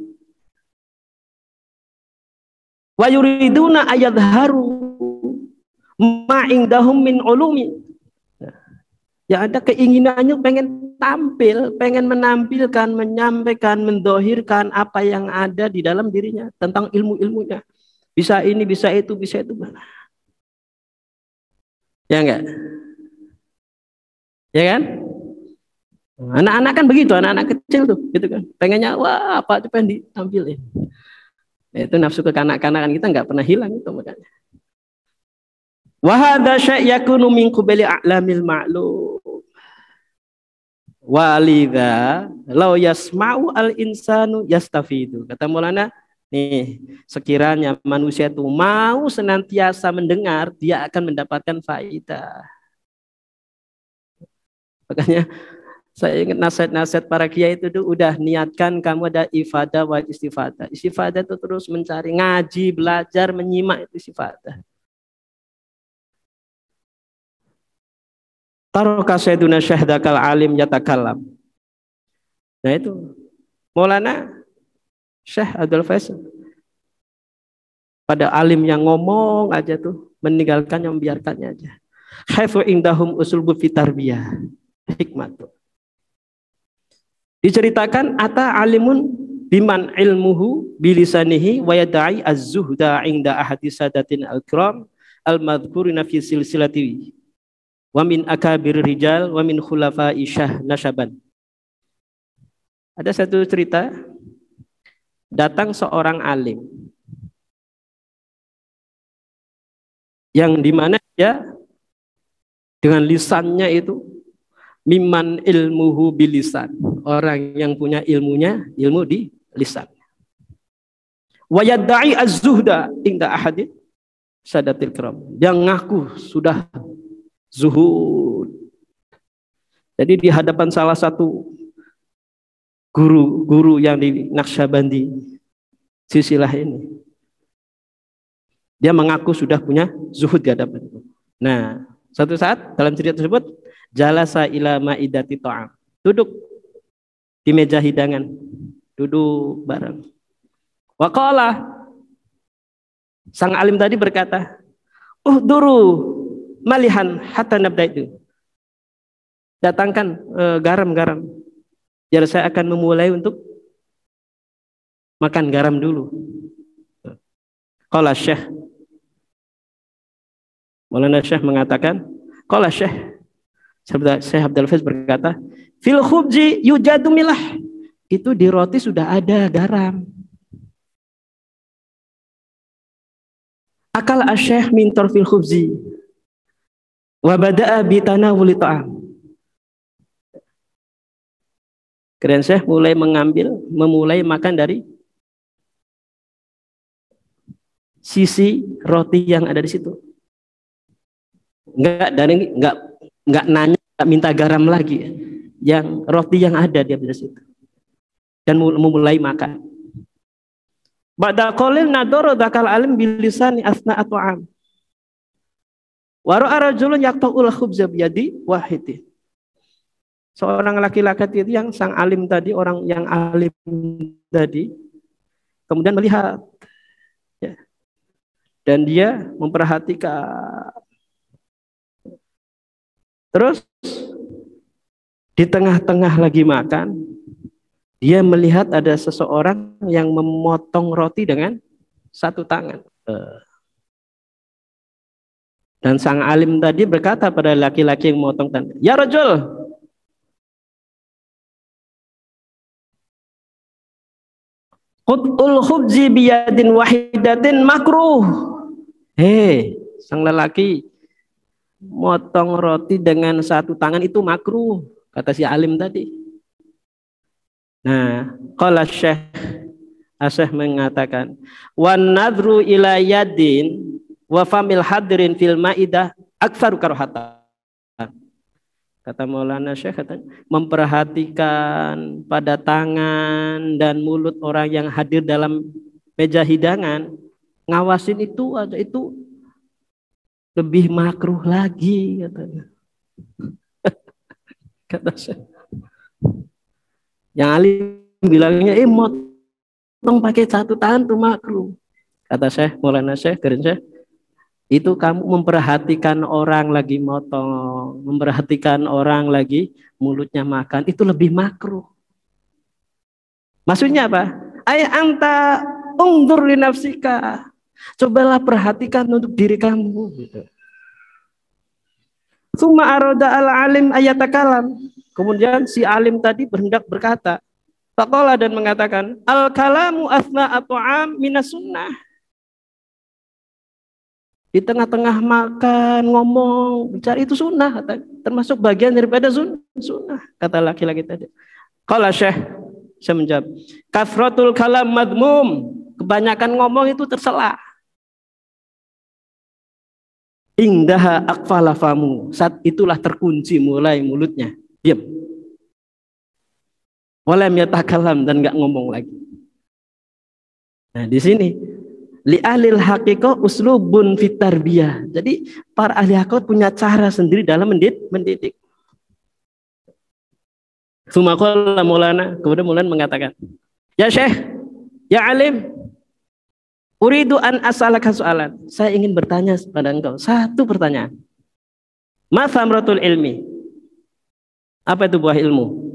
Wa yuriduna ayadharu ma indahum min ulumi. Ya ada keinginannya pengen tampil, pengen menampilkan, menyampaikan, mendohirkan apa yang ada di dalam dirinya tentang ilmu-ilmunya. Bisa ini, bisa itu, bisa itu. Ya enggak? Ya kan? Anak-anak kan begitu, anak-anak kecil tuh, gitu kan. Pengennya wah apa itu pengen ditampilin. Itu nafsu kekanak-kanakan kita nggak pernah hilang itu makanya. Wa hadza syai' yakunu min qibali a'lamil ma'lum. Walidha law yasma'u al-insanu yastafidu. Kata Maulana, nih, sekiranya manusia itu mau senantiasa mendengar, dia akan mendapatkan faedah. Makanya saya ingat nasihat-nasihat para kiai itu tuh udah niatkan kamu ada ifadah wa istifadah. Istifadah itu terus mencari ngaji, belajar, menyimak itu istifadah. Taraka sayyiduna syahdakal alim yatakallam. Nah itu Maulana Syekh Abdul Faisal pada alim yang ngomong aja tuh, meninggalkan yang membiarkannya aja. Haitsu indahum usul fi tarbiyah. Hikmah tuh. Diceritakan ata alimun biman ilmuhu bilisanihi wa yada'i az-zuhda inda ahadi sadatin al-kiram al-madhkurina fi silsilati wa min akabir rijal wa min khulafa'i syah nasyaban. Ada satu cerita, datang seorang alim yang dimana dia dengan lisannya itu miman ilmuhu bilisan, orang yang punya ilmunya ilmu di lisan. Wa yadda'i az-zuhda inda ahadi sadatil kiram, dia ngaku sudah zuhud. Jadi di hadapan salah satu guru yang di Naqsyabandi silsilah ini, dia mengaku sudah punya zuhud di hadapan. Nah, suatu saat dalam cerita tersebut, jalasa ila ma'idati ta'am, duduk di meja hidangan, duduk bareng. Waqala, sang alim tadi berkata, duru malihan hatta nabda'u, datangkan garam-garam, biar saya akan memulai untuk makan garam dulu. Qala Syekh, Maulana Syekh mengatakan, qala Syekh Abdul Faisal berkata, fil khubzi yujadu milah, itu di roti sudah ada garam. Akal asyekh min tarfil khubzi wa bada'a bi tanawuli ta'am. Kemudian Syekh memulai makan dari sisi roti yang ada di situ. Enggak nanya, enggak minta garam lagi. Yang roti yang ada dia di situ. Dan memulai makan. Ba'da qalil nadara dzakal alim bilisani asna at'am. Wa ra'a rajulun yaqta'ul khubza biyadi wahidin. Seorang laki-laki itu yang sang alim tadi, orang yang alim tadi, kemudian melihat, ya, dan dia memperhatikan. Terus di tengah-tengah lagi makan, dia melihat ada seseorang yang memotong roti dengan satu tangan. Dan sang alim tadi berkata pada laki-laki yang memotong tangan, ya rajul, qut'ul khubzi biyadin wahidatin makruh. Sang lelaki, motong roti dengan satu tangan itu makruh, kata si alim tadi. Nah, qala Syekh mengatakan, wan nadru ila yadin wa famil hadirin fil maidah aktsaru karohatan. Kata Maulana Syekh, memperhatikan pada tangan dan mulut orang yang hadir dalam meja hidangan, ngawasin itu aja itu lebih makruh lagi, katanya. Kata Syekh. Yang alim bilangnya, motong pakai satu tangan tuh makruh. Kata Syekh Maulana Syekh, itu kamu memperhatikan orang lagi motong, memperhatikan orang lagi mulutnya makan, itu lebih makruh. Maksudnya apa? Anta ungdur li nafsika. Cobalah perhatikan untuk diri kamu. Summa aroda al-alim ayatakalam. Kemudian si alim tadi berhendak berkata, faqala, dan mengatakan, al-kalamu asna at'am minas sunnah. Di tengah-tengah makan, ngomong, bicara itu sunnah, termasuk bagian daripada sunnah, kata laki-laki tadi. Qala Syekh, saya menjawab, kasratul kalam madmum, kebanyakan ngomong itu tercela. Indaha aqfala famu, saat itulah terkunci mulai mulutnya, diam. Walam yatakalam, dan enggak ngomong lagi. Nah, di sini li ahlil haqiqah uslubun fit tarbiyah. Jadi para ahli hakikat punya cara sendiri dalam mendidik. Sumakala Maulana, kemudian Maulana mengatakan, ya Syekh, ya alim, uridu an as'alaka soalan. Saya ingin bertanya kepada engkau satu pertanyaan. Ma thamratul ilmi? Apa itu buah ilmu?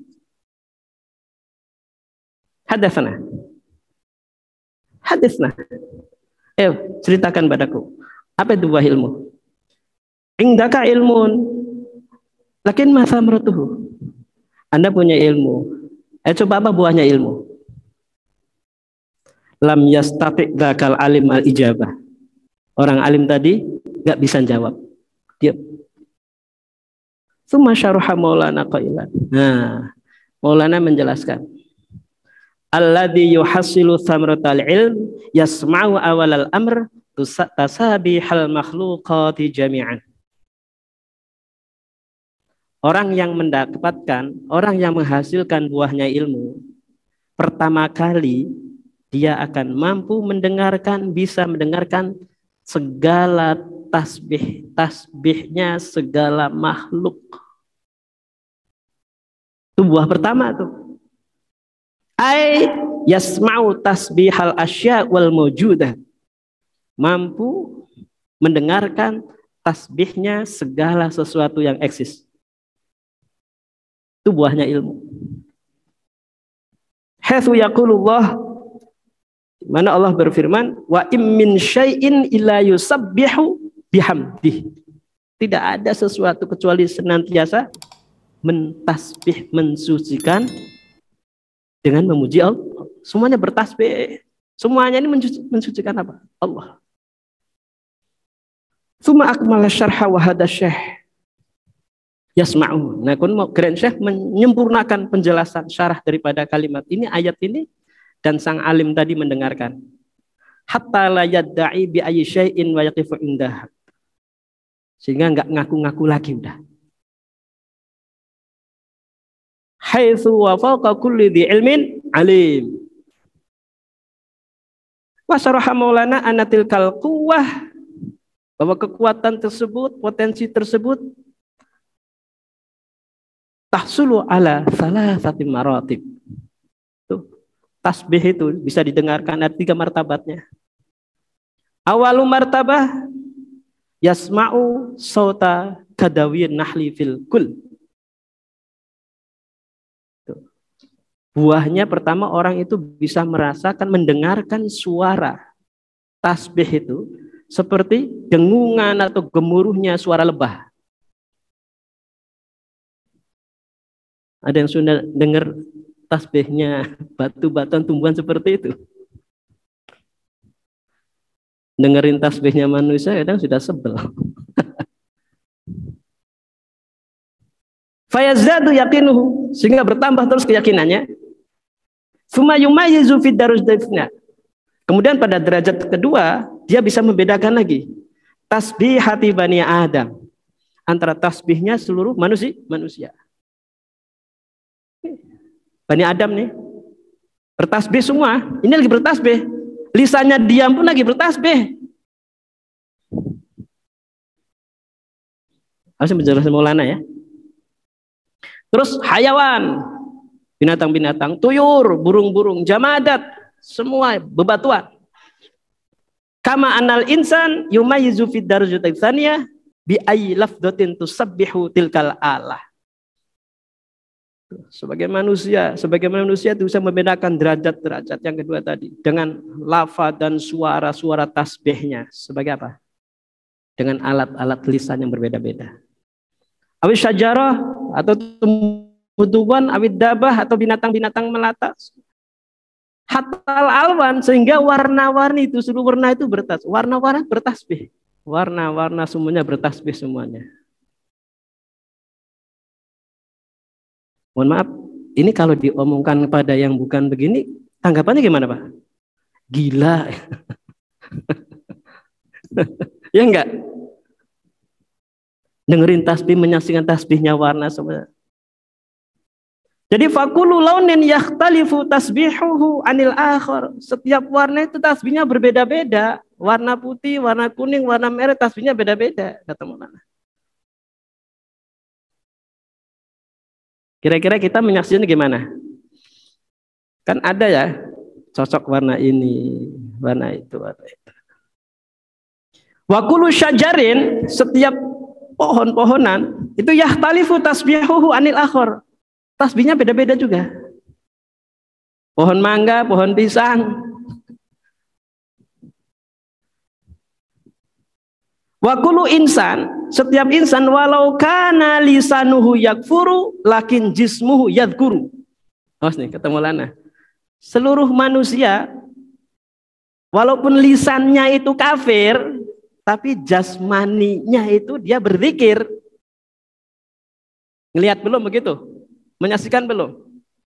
Hadatsana. Hadisna. Ceritakan padaku. Apa itu buah ilmu? Indaka ilmun, lakin ma thamratuhu? Anda punya ilmu. Coba apa buahnya ilmu? Lam yastati' dzakal alim al ijabah. Orang alim tadi enggak bisa jawab. Diam. Tsumma syaraha Maulana qailan. Nah, Maulana menjelaskan. Alladzi yuhassilu thamratal ilm yasma'u awalal amr tasabihal makhluqati jami'an. Orang yang mendapatkan, orang yang menghasilkan buahnya ilmu, pertama kali dia akan mampu mendengarkan, bisa mendengarkan segala tasbihnya segala makhluk. Itu buah pertama tuh. Ai yasma'u tasbihal asya wal mawjudah. Mampu mendengarkan tasbihnya segala sesuatu yang eksis. Itu buahnya ilmu. Haitsu yaqulullah, mana Allah berfirman, wa im min syai'in illa yusabbihu bihamdih. Tidak ada sesuatu kecuali senantiasa mentasbih, mensucikan dengan memuji Allah. Semuanya bertasbih. Semuanya ini mensucikan apa? Allah. Tsumma akmala syarha wa hada syekh yasma'u. Nah, Grand Syekh menyempurnakan penjelasan syarah daripada kalimat ini, ayat ini, dan sang alim tadi mendengarkan. Hatta la yadda'i bi ayyi syai'in wa yaqifu indah. Sehingga enggak ngaku-ngaku lagi udah. Haitsu wa fawqa kulli dhi ilmin alim. Wa syaraha Maulana anatil kal quwwah, bahwa kekuatan tersebut, potensi tersebut tahsulu ala salasati maratib. Tuh, tasbih itu bisa didengarkan ada 3 martabatnya. Awalu martabah yasma'u sauta kadawin nahli fil kul. Tuh. Buahnya pertama orang itu bisa merasakan, mendengarkan suara tasbih itu seperti dengungan atau gemuruhnya suara lebah. Ada yang sudah dengar tasbihnya batu-batuan tumbuhan seperti itu? Dengerin tasbihnya manusia kadang sudah sebel. Fayazdadu yaqinuhu, sehingga bertambah terus keyakinannya. Tsumma yumayyizu fid darajatna. Kemudian pada derajat kedua dia bisa membedakan lagi tasbihati bani Adam, antara tasbihnya seluruh manusia. Bani Adam nih bertasbih semua, ini lagi bertasbih, lisannya diam pun lagi bertasbih. Harus menjelaskan Maulana ya. Terus hayawan, binatang-binatang, tuyur, burung-burung, jamadat, semua bebatuan. Kama anal insan yumayyizu fid darajati tsaniyah bi ayyi lafdhatin tusabbihu tilkal alah. Sebagai manusia itu bisa membedakan derajat-derajat yang kedua tadi dengan lafaz dan suara-suara tasbihnya. Sebagai apa? Dengan alat-alat lisan yang berbeda-beda. Awis syajarah atau tumbuhan, awid dabah atau binatang-binatang melata. Hatal alwan, sehingga warna-warni itu, seluruh warna itu warna-warna bertasbih. Warna-warna semuanya bertasbih semuanya. Mohon maaf, ini kalau diomongkan kepada yang bukan begini, tanggapannya gimana Pak? Gila. Ya enggak? Dengerin tasbih, menyaksikan tasbihnya warna semua. Jadi fakulu launin yakhtalifu tasbihuhu anil akhar. Setiap warna itu tasbihnya berbeda-beda. Warna putih, warna kuning, warna merah tasbihnya beda-beda, kata Maulana. Kira-kira kita menyaksikan gimana? Kan ada ya, cocok warna ini, warna itu, warna itu. Wa kullu syajarin, setiap pohon-pohonan itu yahtalifu tasbihuhu anil akhar. Tasbihnya beda-beda juga. Pohon mangga, pohon pisang. Wa kullu insan, setiap insan walau kana lisanuhu yakfuru lakin jismuhu yadhkuru. Awas nih kata Maulana. Seluruh manusia walaupun lisannya itu kafir, tapi jasmaninya itu dia berzikir. Ngelihat belum begitu? Menyaksikan belum?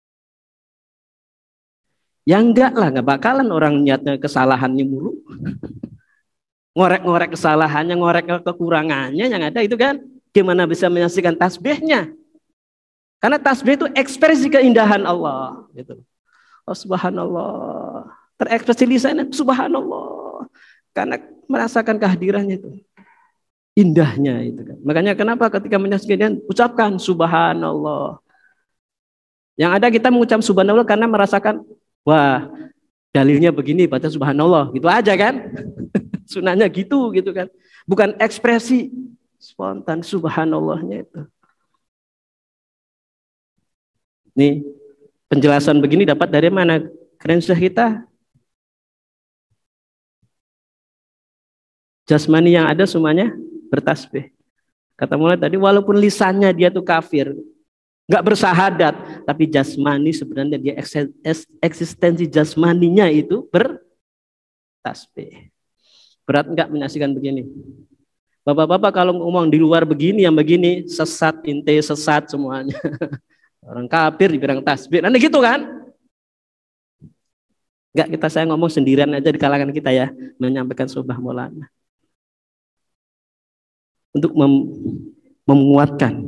Ya enggak lah, enggak bakalan orang niatnya kesalahannya mulu. Ngorek-ngorek kesalahannya, ngorek kekurangannya yang ada itu kan. Gimana bisa menyaksikan tasbihnya? Karena tasbih itu ekspresi keindahan Allah. Gitu. Oh subhanallah. Terekspresi lisannya subhanallah. Karena merasakan kehadirannya itu. Indahnya itu kan. Makanya kenapa ketika menyaksikan ucapkan subhanallah. Yang ada kita mengucap subhanallah karena merasakan wah dalilnya begini baca subhanallah gitu aja kan. Sunahnya gitu kan. Bukan ekspresi spontan subhanallahnya itu. Nih penjelasan begini dapat dari mana? Keren sudah kita. Jasmani yang ada semuanya bertasbih. Kata mulai tadi walaupun lisannya dia tuh kafir, nggak bersahadat, tapi jasmani sebenarnya dia eksistensi jasmaninya itu bertasbih. Berat nggak menyaksikan begini? Bapak-bapak kalau ngomong di luar begini yang begini sesat, inte sesat semuanya. Orang kafir dibilang tasbih, nanti gitu kan? Enggak, saya ngomong sendirian aja di kalangan kita ya, menyampaikan subah Maulana. Untuk menguatkan.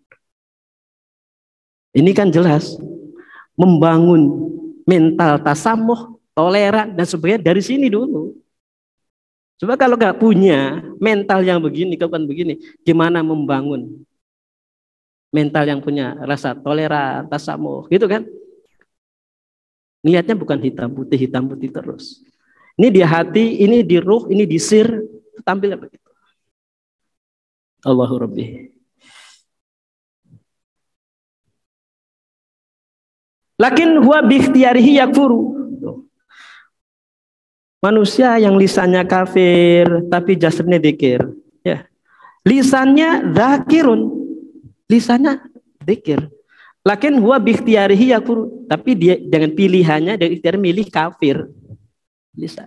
Ini kan jelas membangun mental tasamuh, toleran dan sebagainya dari sini dulu. Coba kalau nggak punya mental yang begini, kapan begini, gimana membangun mental yang punya rasa toleran, tasamuh, gitu kan? Niatnya bukan hitam putih terus. Ini di hati, ini di ruh, ini di sir, tampilnya begitu. Allahu Rabbi. Lakin huwa bikhtiyarihi yakfuru. Manusia yang lisannya kafir tapi jasadnya dzikir, ya. Lisannya dzakirun, lisannya dzikir. Lakin huwa bikhtiyarihi yakfuru, tapi dia dengan pilihannya dari ikhtiar milih kafir. Lisan.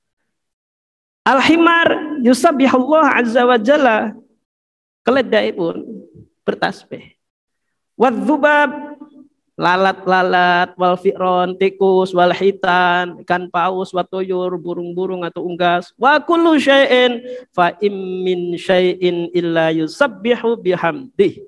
Al-himar yusabbihullah azza wa jalla, keledai pun bertasbih. Wadzubab, lalat-lalat, wal fi'ron, tikus, wal hitan, ikan paus, watuyur, burung-burung atau unggas, wa kullu syai'in fa min syai'in illa yusabbihu bihamdih.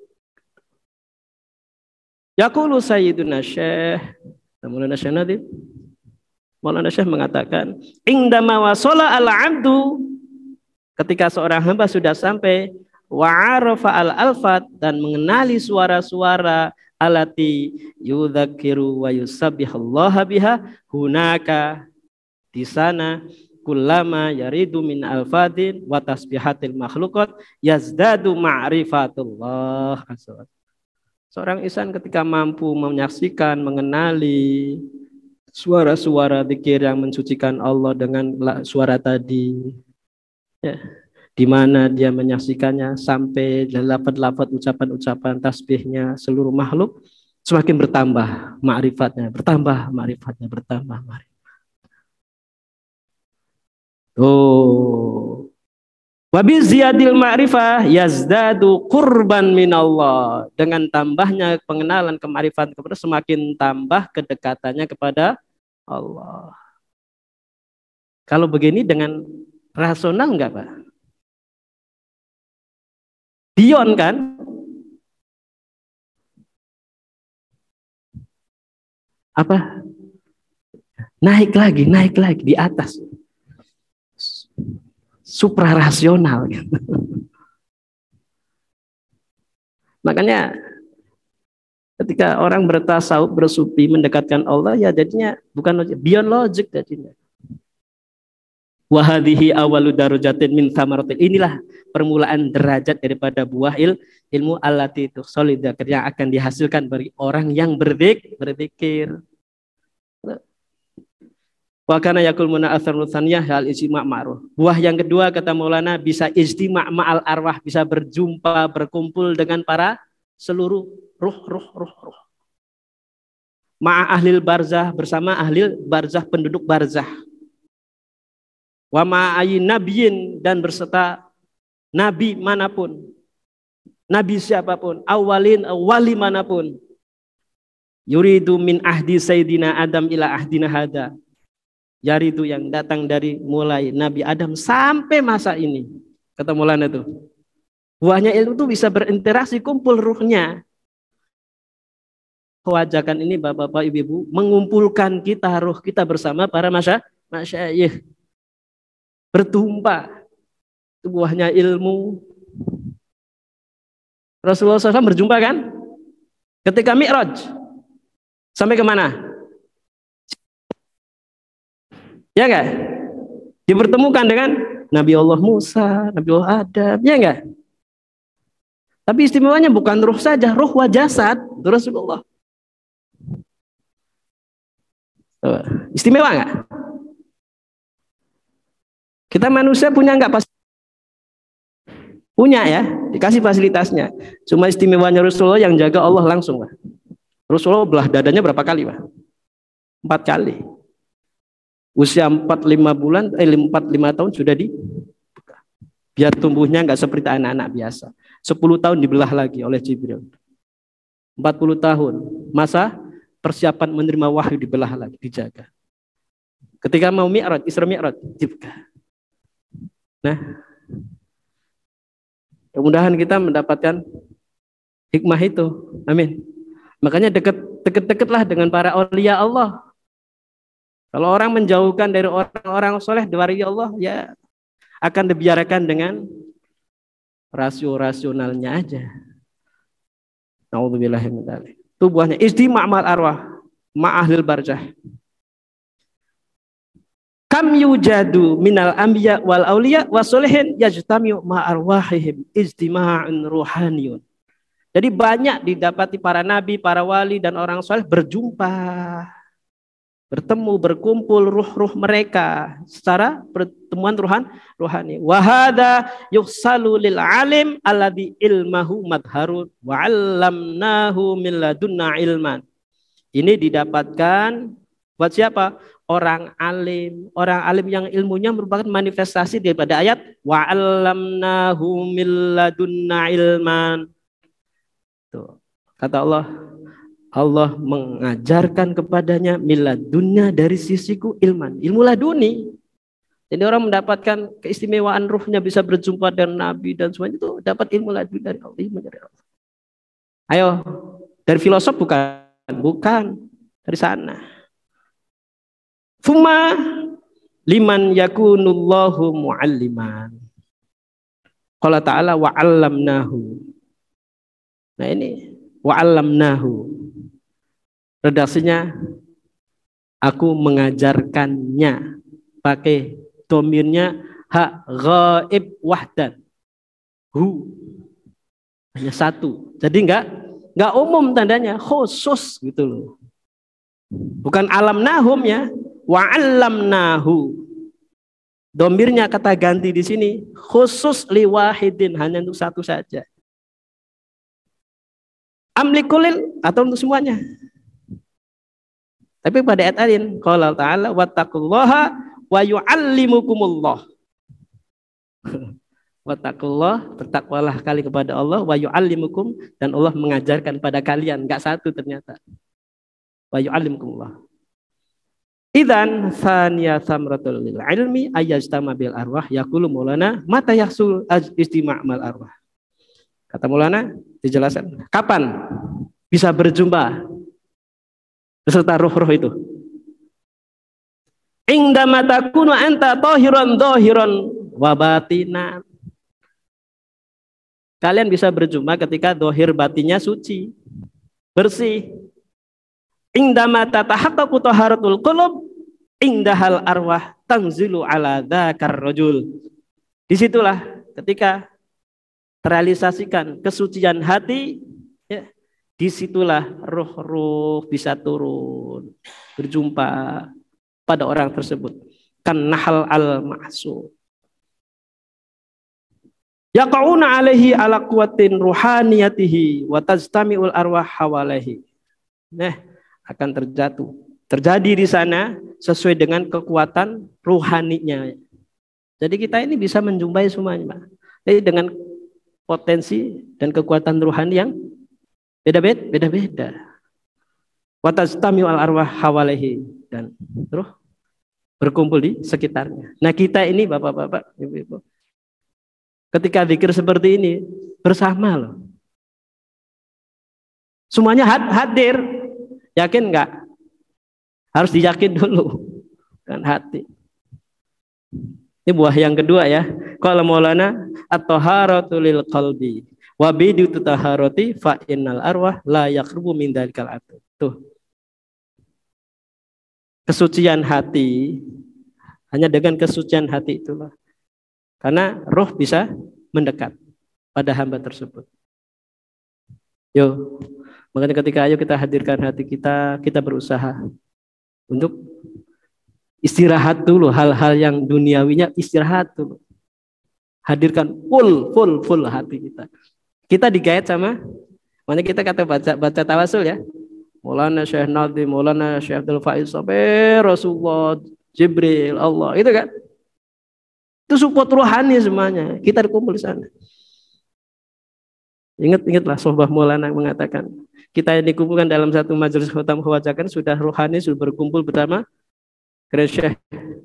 Yaqulu sayyiduna Syekh Maulana Syekh Nadhim, Maulana Syekh mengatakan, indama wasala al-'abdu, ketika seorang hamba sudah sampai wa arafa al-alfat, dan mengenali suara-suara alati yudzakiru wa yusabbihallaha biha, hunaka, di sana, kullama yaridu min alfadin wa tasbihatil makhluqat yazdadu ma'rifatullah. Seorang insan ketika mampu menyaksikan, mengenali suara-suara zikir yang mensucikan Allah dengan suara tadi, ya, di mana dia menyaksikannya sampai lafaz-lafaz ucapan-ucapan tasbihnya seluruh makhluk semakin bertambah ma'rifatnya, bertambah. Oh, Wa bi ziyadil ma'rifah yazdadu qurban minallah. Dengan tambahnya pengenalan kemakrifatan kepada semakin tambah kedekatannya kepada Allah. Kalau begini dengan rasional enggak, Pak? Dion kan? Apa? Naik lagi di atas. Suprarasional. Makanya ketika orang bertasawuf, bersufi, mendekatkan Allah, ya jadinya bukan logik, beyond logic jadinya. Wahadihi awalu darujatin min thamaratil. Inilah permulaan derajat daripada buah ilmu allati itu solid yang akan dihasilkan bagi orang yang berzikir. Wa kana yakul muna atharul tsaniyah hal ijtima' ma'ruf. Buah yang kedua kata Maulana bisa ijtima' ma'al arwah, bisa berjumpa, berkumpul dengan para seluruh ruh. Ma'a ahlil barzah, bersama ahlil barzah, penduduk barzah. Wa ma'ayin nabiyin, dan berserta nabi manapun. Nabi siapapun, awalin wali manapun. Yuridu min ahdi sayyidina Adam ila ahdina hada. Yari itu yang datang dari mulai Nabi Adam sampai masa ini. Kata Maulana itu. Buahnya ilmu itu bisa berinteraksi, kumpul ruhnya. Kewajakan ini Bapak-bapak, Ibu-ibu, mengumpulkan kita, ruh kita bersama para masyayikh. Bertumpah. Itu buahnya ilmu. Rasulullah SAW berjumpa kan? Ketika Mi'raj. Sampai kemana? Ya enggak? Dipertemukan dengan Nabi Allah Musa, Nabi Allah Adam, ya enggak? Tapi istimewanya bukan ruh saja, ruh wa jasad Rasulullah. Istimewa enggak? Kita manusia punya enggak pas? Punya ya, dikasih fasilitasnya. Cuma istimewanya Rasulullah yang jaga Allah langsung, Pak. Rasulullah belah dadanya berapa kali, Pak? 4 kali. Usia 45 bulan, 45 tahun sudah dibuka. Biar tumbuhnya enggak seperti anak-anak biasa. 10 tahun dibelah lagi oleh Jibril. 40 tahun masa persiapan menerima wahyu dibelah lagi, dijaga. Ketika mau Mi'raj, Isra Mi'raj dibuka. Nah, mudah-mudahan kita mendapatkan hikmah itu. Amin. Makanya deket-deketlah dengan para aulia Allah. Kalau orang menjauhkan dari orang-orang soleh dari Allah, ya akan dibiarkan dengan rasionalnya aja. Nauzubillahi min dzalik. Itu buahnya istima' ma'al arwah ma'ahlil barzah. Kam yujadu minal anbiya wal auliya wasolihin yajtami'u ma'arwahihim istima'un ruhaniyun. Jadi banyak didapati para nabi, para wali dan orang soleh berjumpa, bertemu, berkumpul ruh-ruh mereka secara pertemuan rohani. Wahada yuhsalu lil alim alladhi ilmahu madharun wa 'allamnahu min ladunna ilman. Ini didapatkan buat siapa? Orang alim yang ilmunya merupakan manifestasi daripada ayat wa 'allamnahu min ladunna ilman. Tuh, kata Allah mengajarkan kepadanya miladunnya dari sisiku ilman, ilmu laduni. Jadi orang mendapatkan keistimewaan ruhnya bisa berjumpa dengan Nabi dan semuanya itu dapat ilmu laduni dari Allah. Ayo, dari filosof bukan dari sana. Tsumma liman yakunullahu mualliman. Qala ta'ala wa 'allamnahu. Nah ini wa 'allamnahu. Redaksinya aku mengajarkannya, pakai domirnya hak ghaib wahdan. Hu hanya satu. Jadi enggak umum tandanya, khusus gitu loh. Bukan alam nahum ya, wa 'allamnahu. Domirnya kata ganti di sini khusus liwahidin, hanya untuk satu saja. Amlikulil atau untuk semuanya. Tapi pada ayat lain, qala ta'ala wattaqullaha wa yu'allimukumullah. Wattaqullah, bertakwalah kali kepada Allah, wa yu'allimukum, dan Allah mengajarkan pada kalian, enggak satu ternyata. Wa yu'allimukumullah. Idzan tsaniya samratul lil ilmi ayajtama bil arwah yaqulu Maulana mata yahsul istima' mal arwah. Kata Maulana dijelaskan, kapan bisa berjumpa beserta roh-roh itu? Indama takunu anta tahiran dhahiran wa batinan. Kalian bisa berjumpa ketika dohir batinnya suci, bersih. Indama tatahaqqaqu taharatul qulub indahal arwah tanzilu ala dzakar rajul. Disitulah ketika terrealisasikan kesucian hati, ya, disitulah roh-roh bisa turun berjumpa pada orang tersebut. Kan nahal al-ma'sum. Yaqauna alaihi ala quwwatin ruhaniyatihi wa tajtami'ul arwah hawalaihi. Nah, akan terjadi di sana sesuai dengan kekuatan ruhaninya. Jadi kita ini bisa menjumpai semuanya, Pak. Jadi dengan potensi dan kekuatan ruhani yang beda-beda. Wa tajtami'ul arwah hawalaihi, dan roh berkumpul di sekitarnya. Nah, kita ini Bapak-bapak, Ibu-ibu, ketika zikir seperti ini bersama loh. Semuanya hadir. Yakin enggak? Harus diyakin dulu kan hati. Ini buah yang kedua ya. Qala Maulana at-taharatu lil qalbi wa bidu taharati fa innal arwah la yaqrubu min dalikal atu. Tuh. Kesucian hati, hanya dengan kesucian hati itulah. Karena roh bisa mendekat pada hamba tersebut. Yo, makanya ketika ayo kita hadirkan hati kita, kita berusaha untuk istirahat dulu, hal-hal yang duniawinya istirahat dulu. Hadirkan full hati kita. Kita digait sama, makanya kita kata baca tawasul ya. Maulana Syekh Nadim, Maulana Syekh Abdul Faiz sampai Rasulullah, Jibril, Allah, itu kan. Itu support rohani semuanya. Kita dikumpul di sana. Ingatlah Sohbah Maulana mengatakan, kita yang dikumpulkan dalam satu majelis khotam khawajakan sudah rohani, sudah berkumpul bersama Syekh.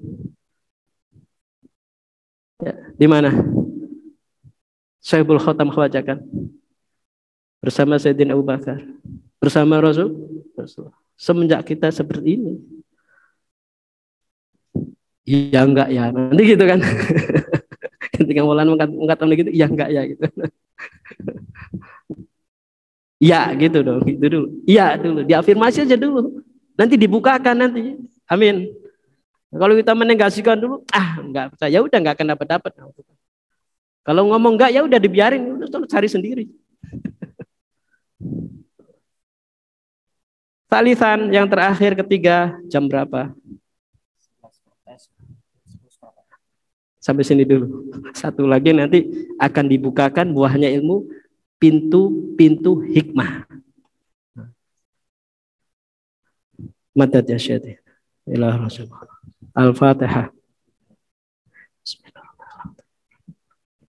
Ya, di mana? Syekhul Khotam khawajakan bersama Sayyidina Abu Bakar, bersama Rasulullah. Semenjak kita seperti ini, ya enggak ya, nanti gitu kan. Ketika Maulana mengatakan gitu, ya enggak ya gitu. Ya gitu dong, gitu dulu. Iya dulu, diafirmasi aja dulu. Nanti dibukakan nanti. Amin. Kalau kita menegasikan dulu, enggak percaya, ya udah enggak akan dapat. Kalau ngomong enggak, ya udah dibiarin, udah cari sendiri. Talisan yang terakhir ketiga, jam berapa? Sampai sini dulu. Satu lagi nanti akan dibukakan buahnya ilmu, pintu-pintu hikmah. Madad ya Syekh. Ila Rasulullah. Al-Fatihah.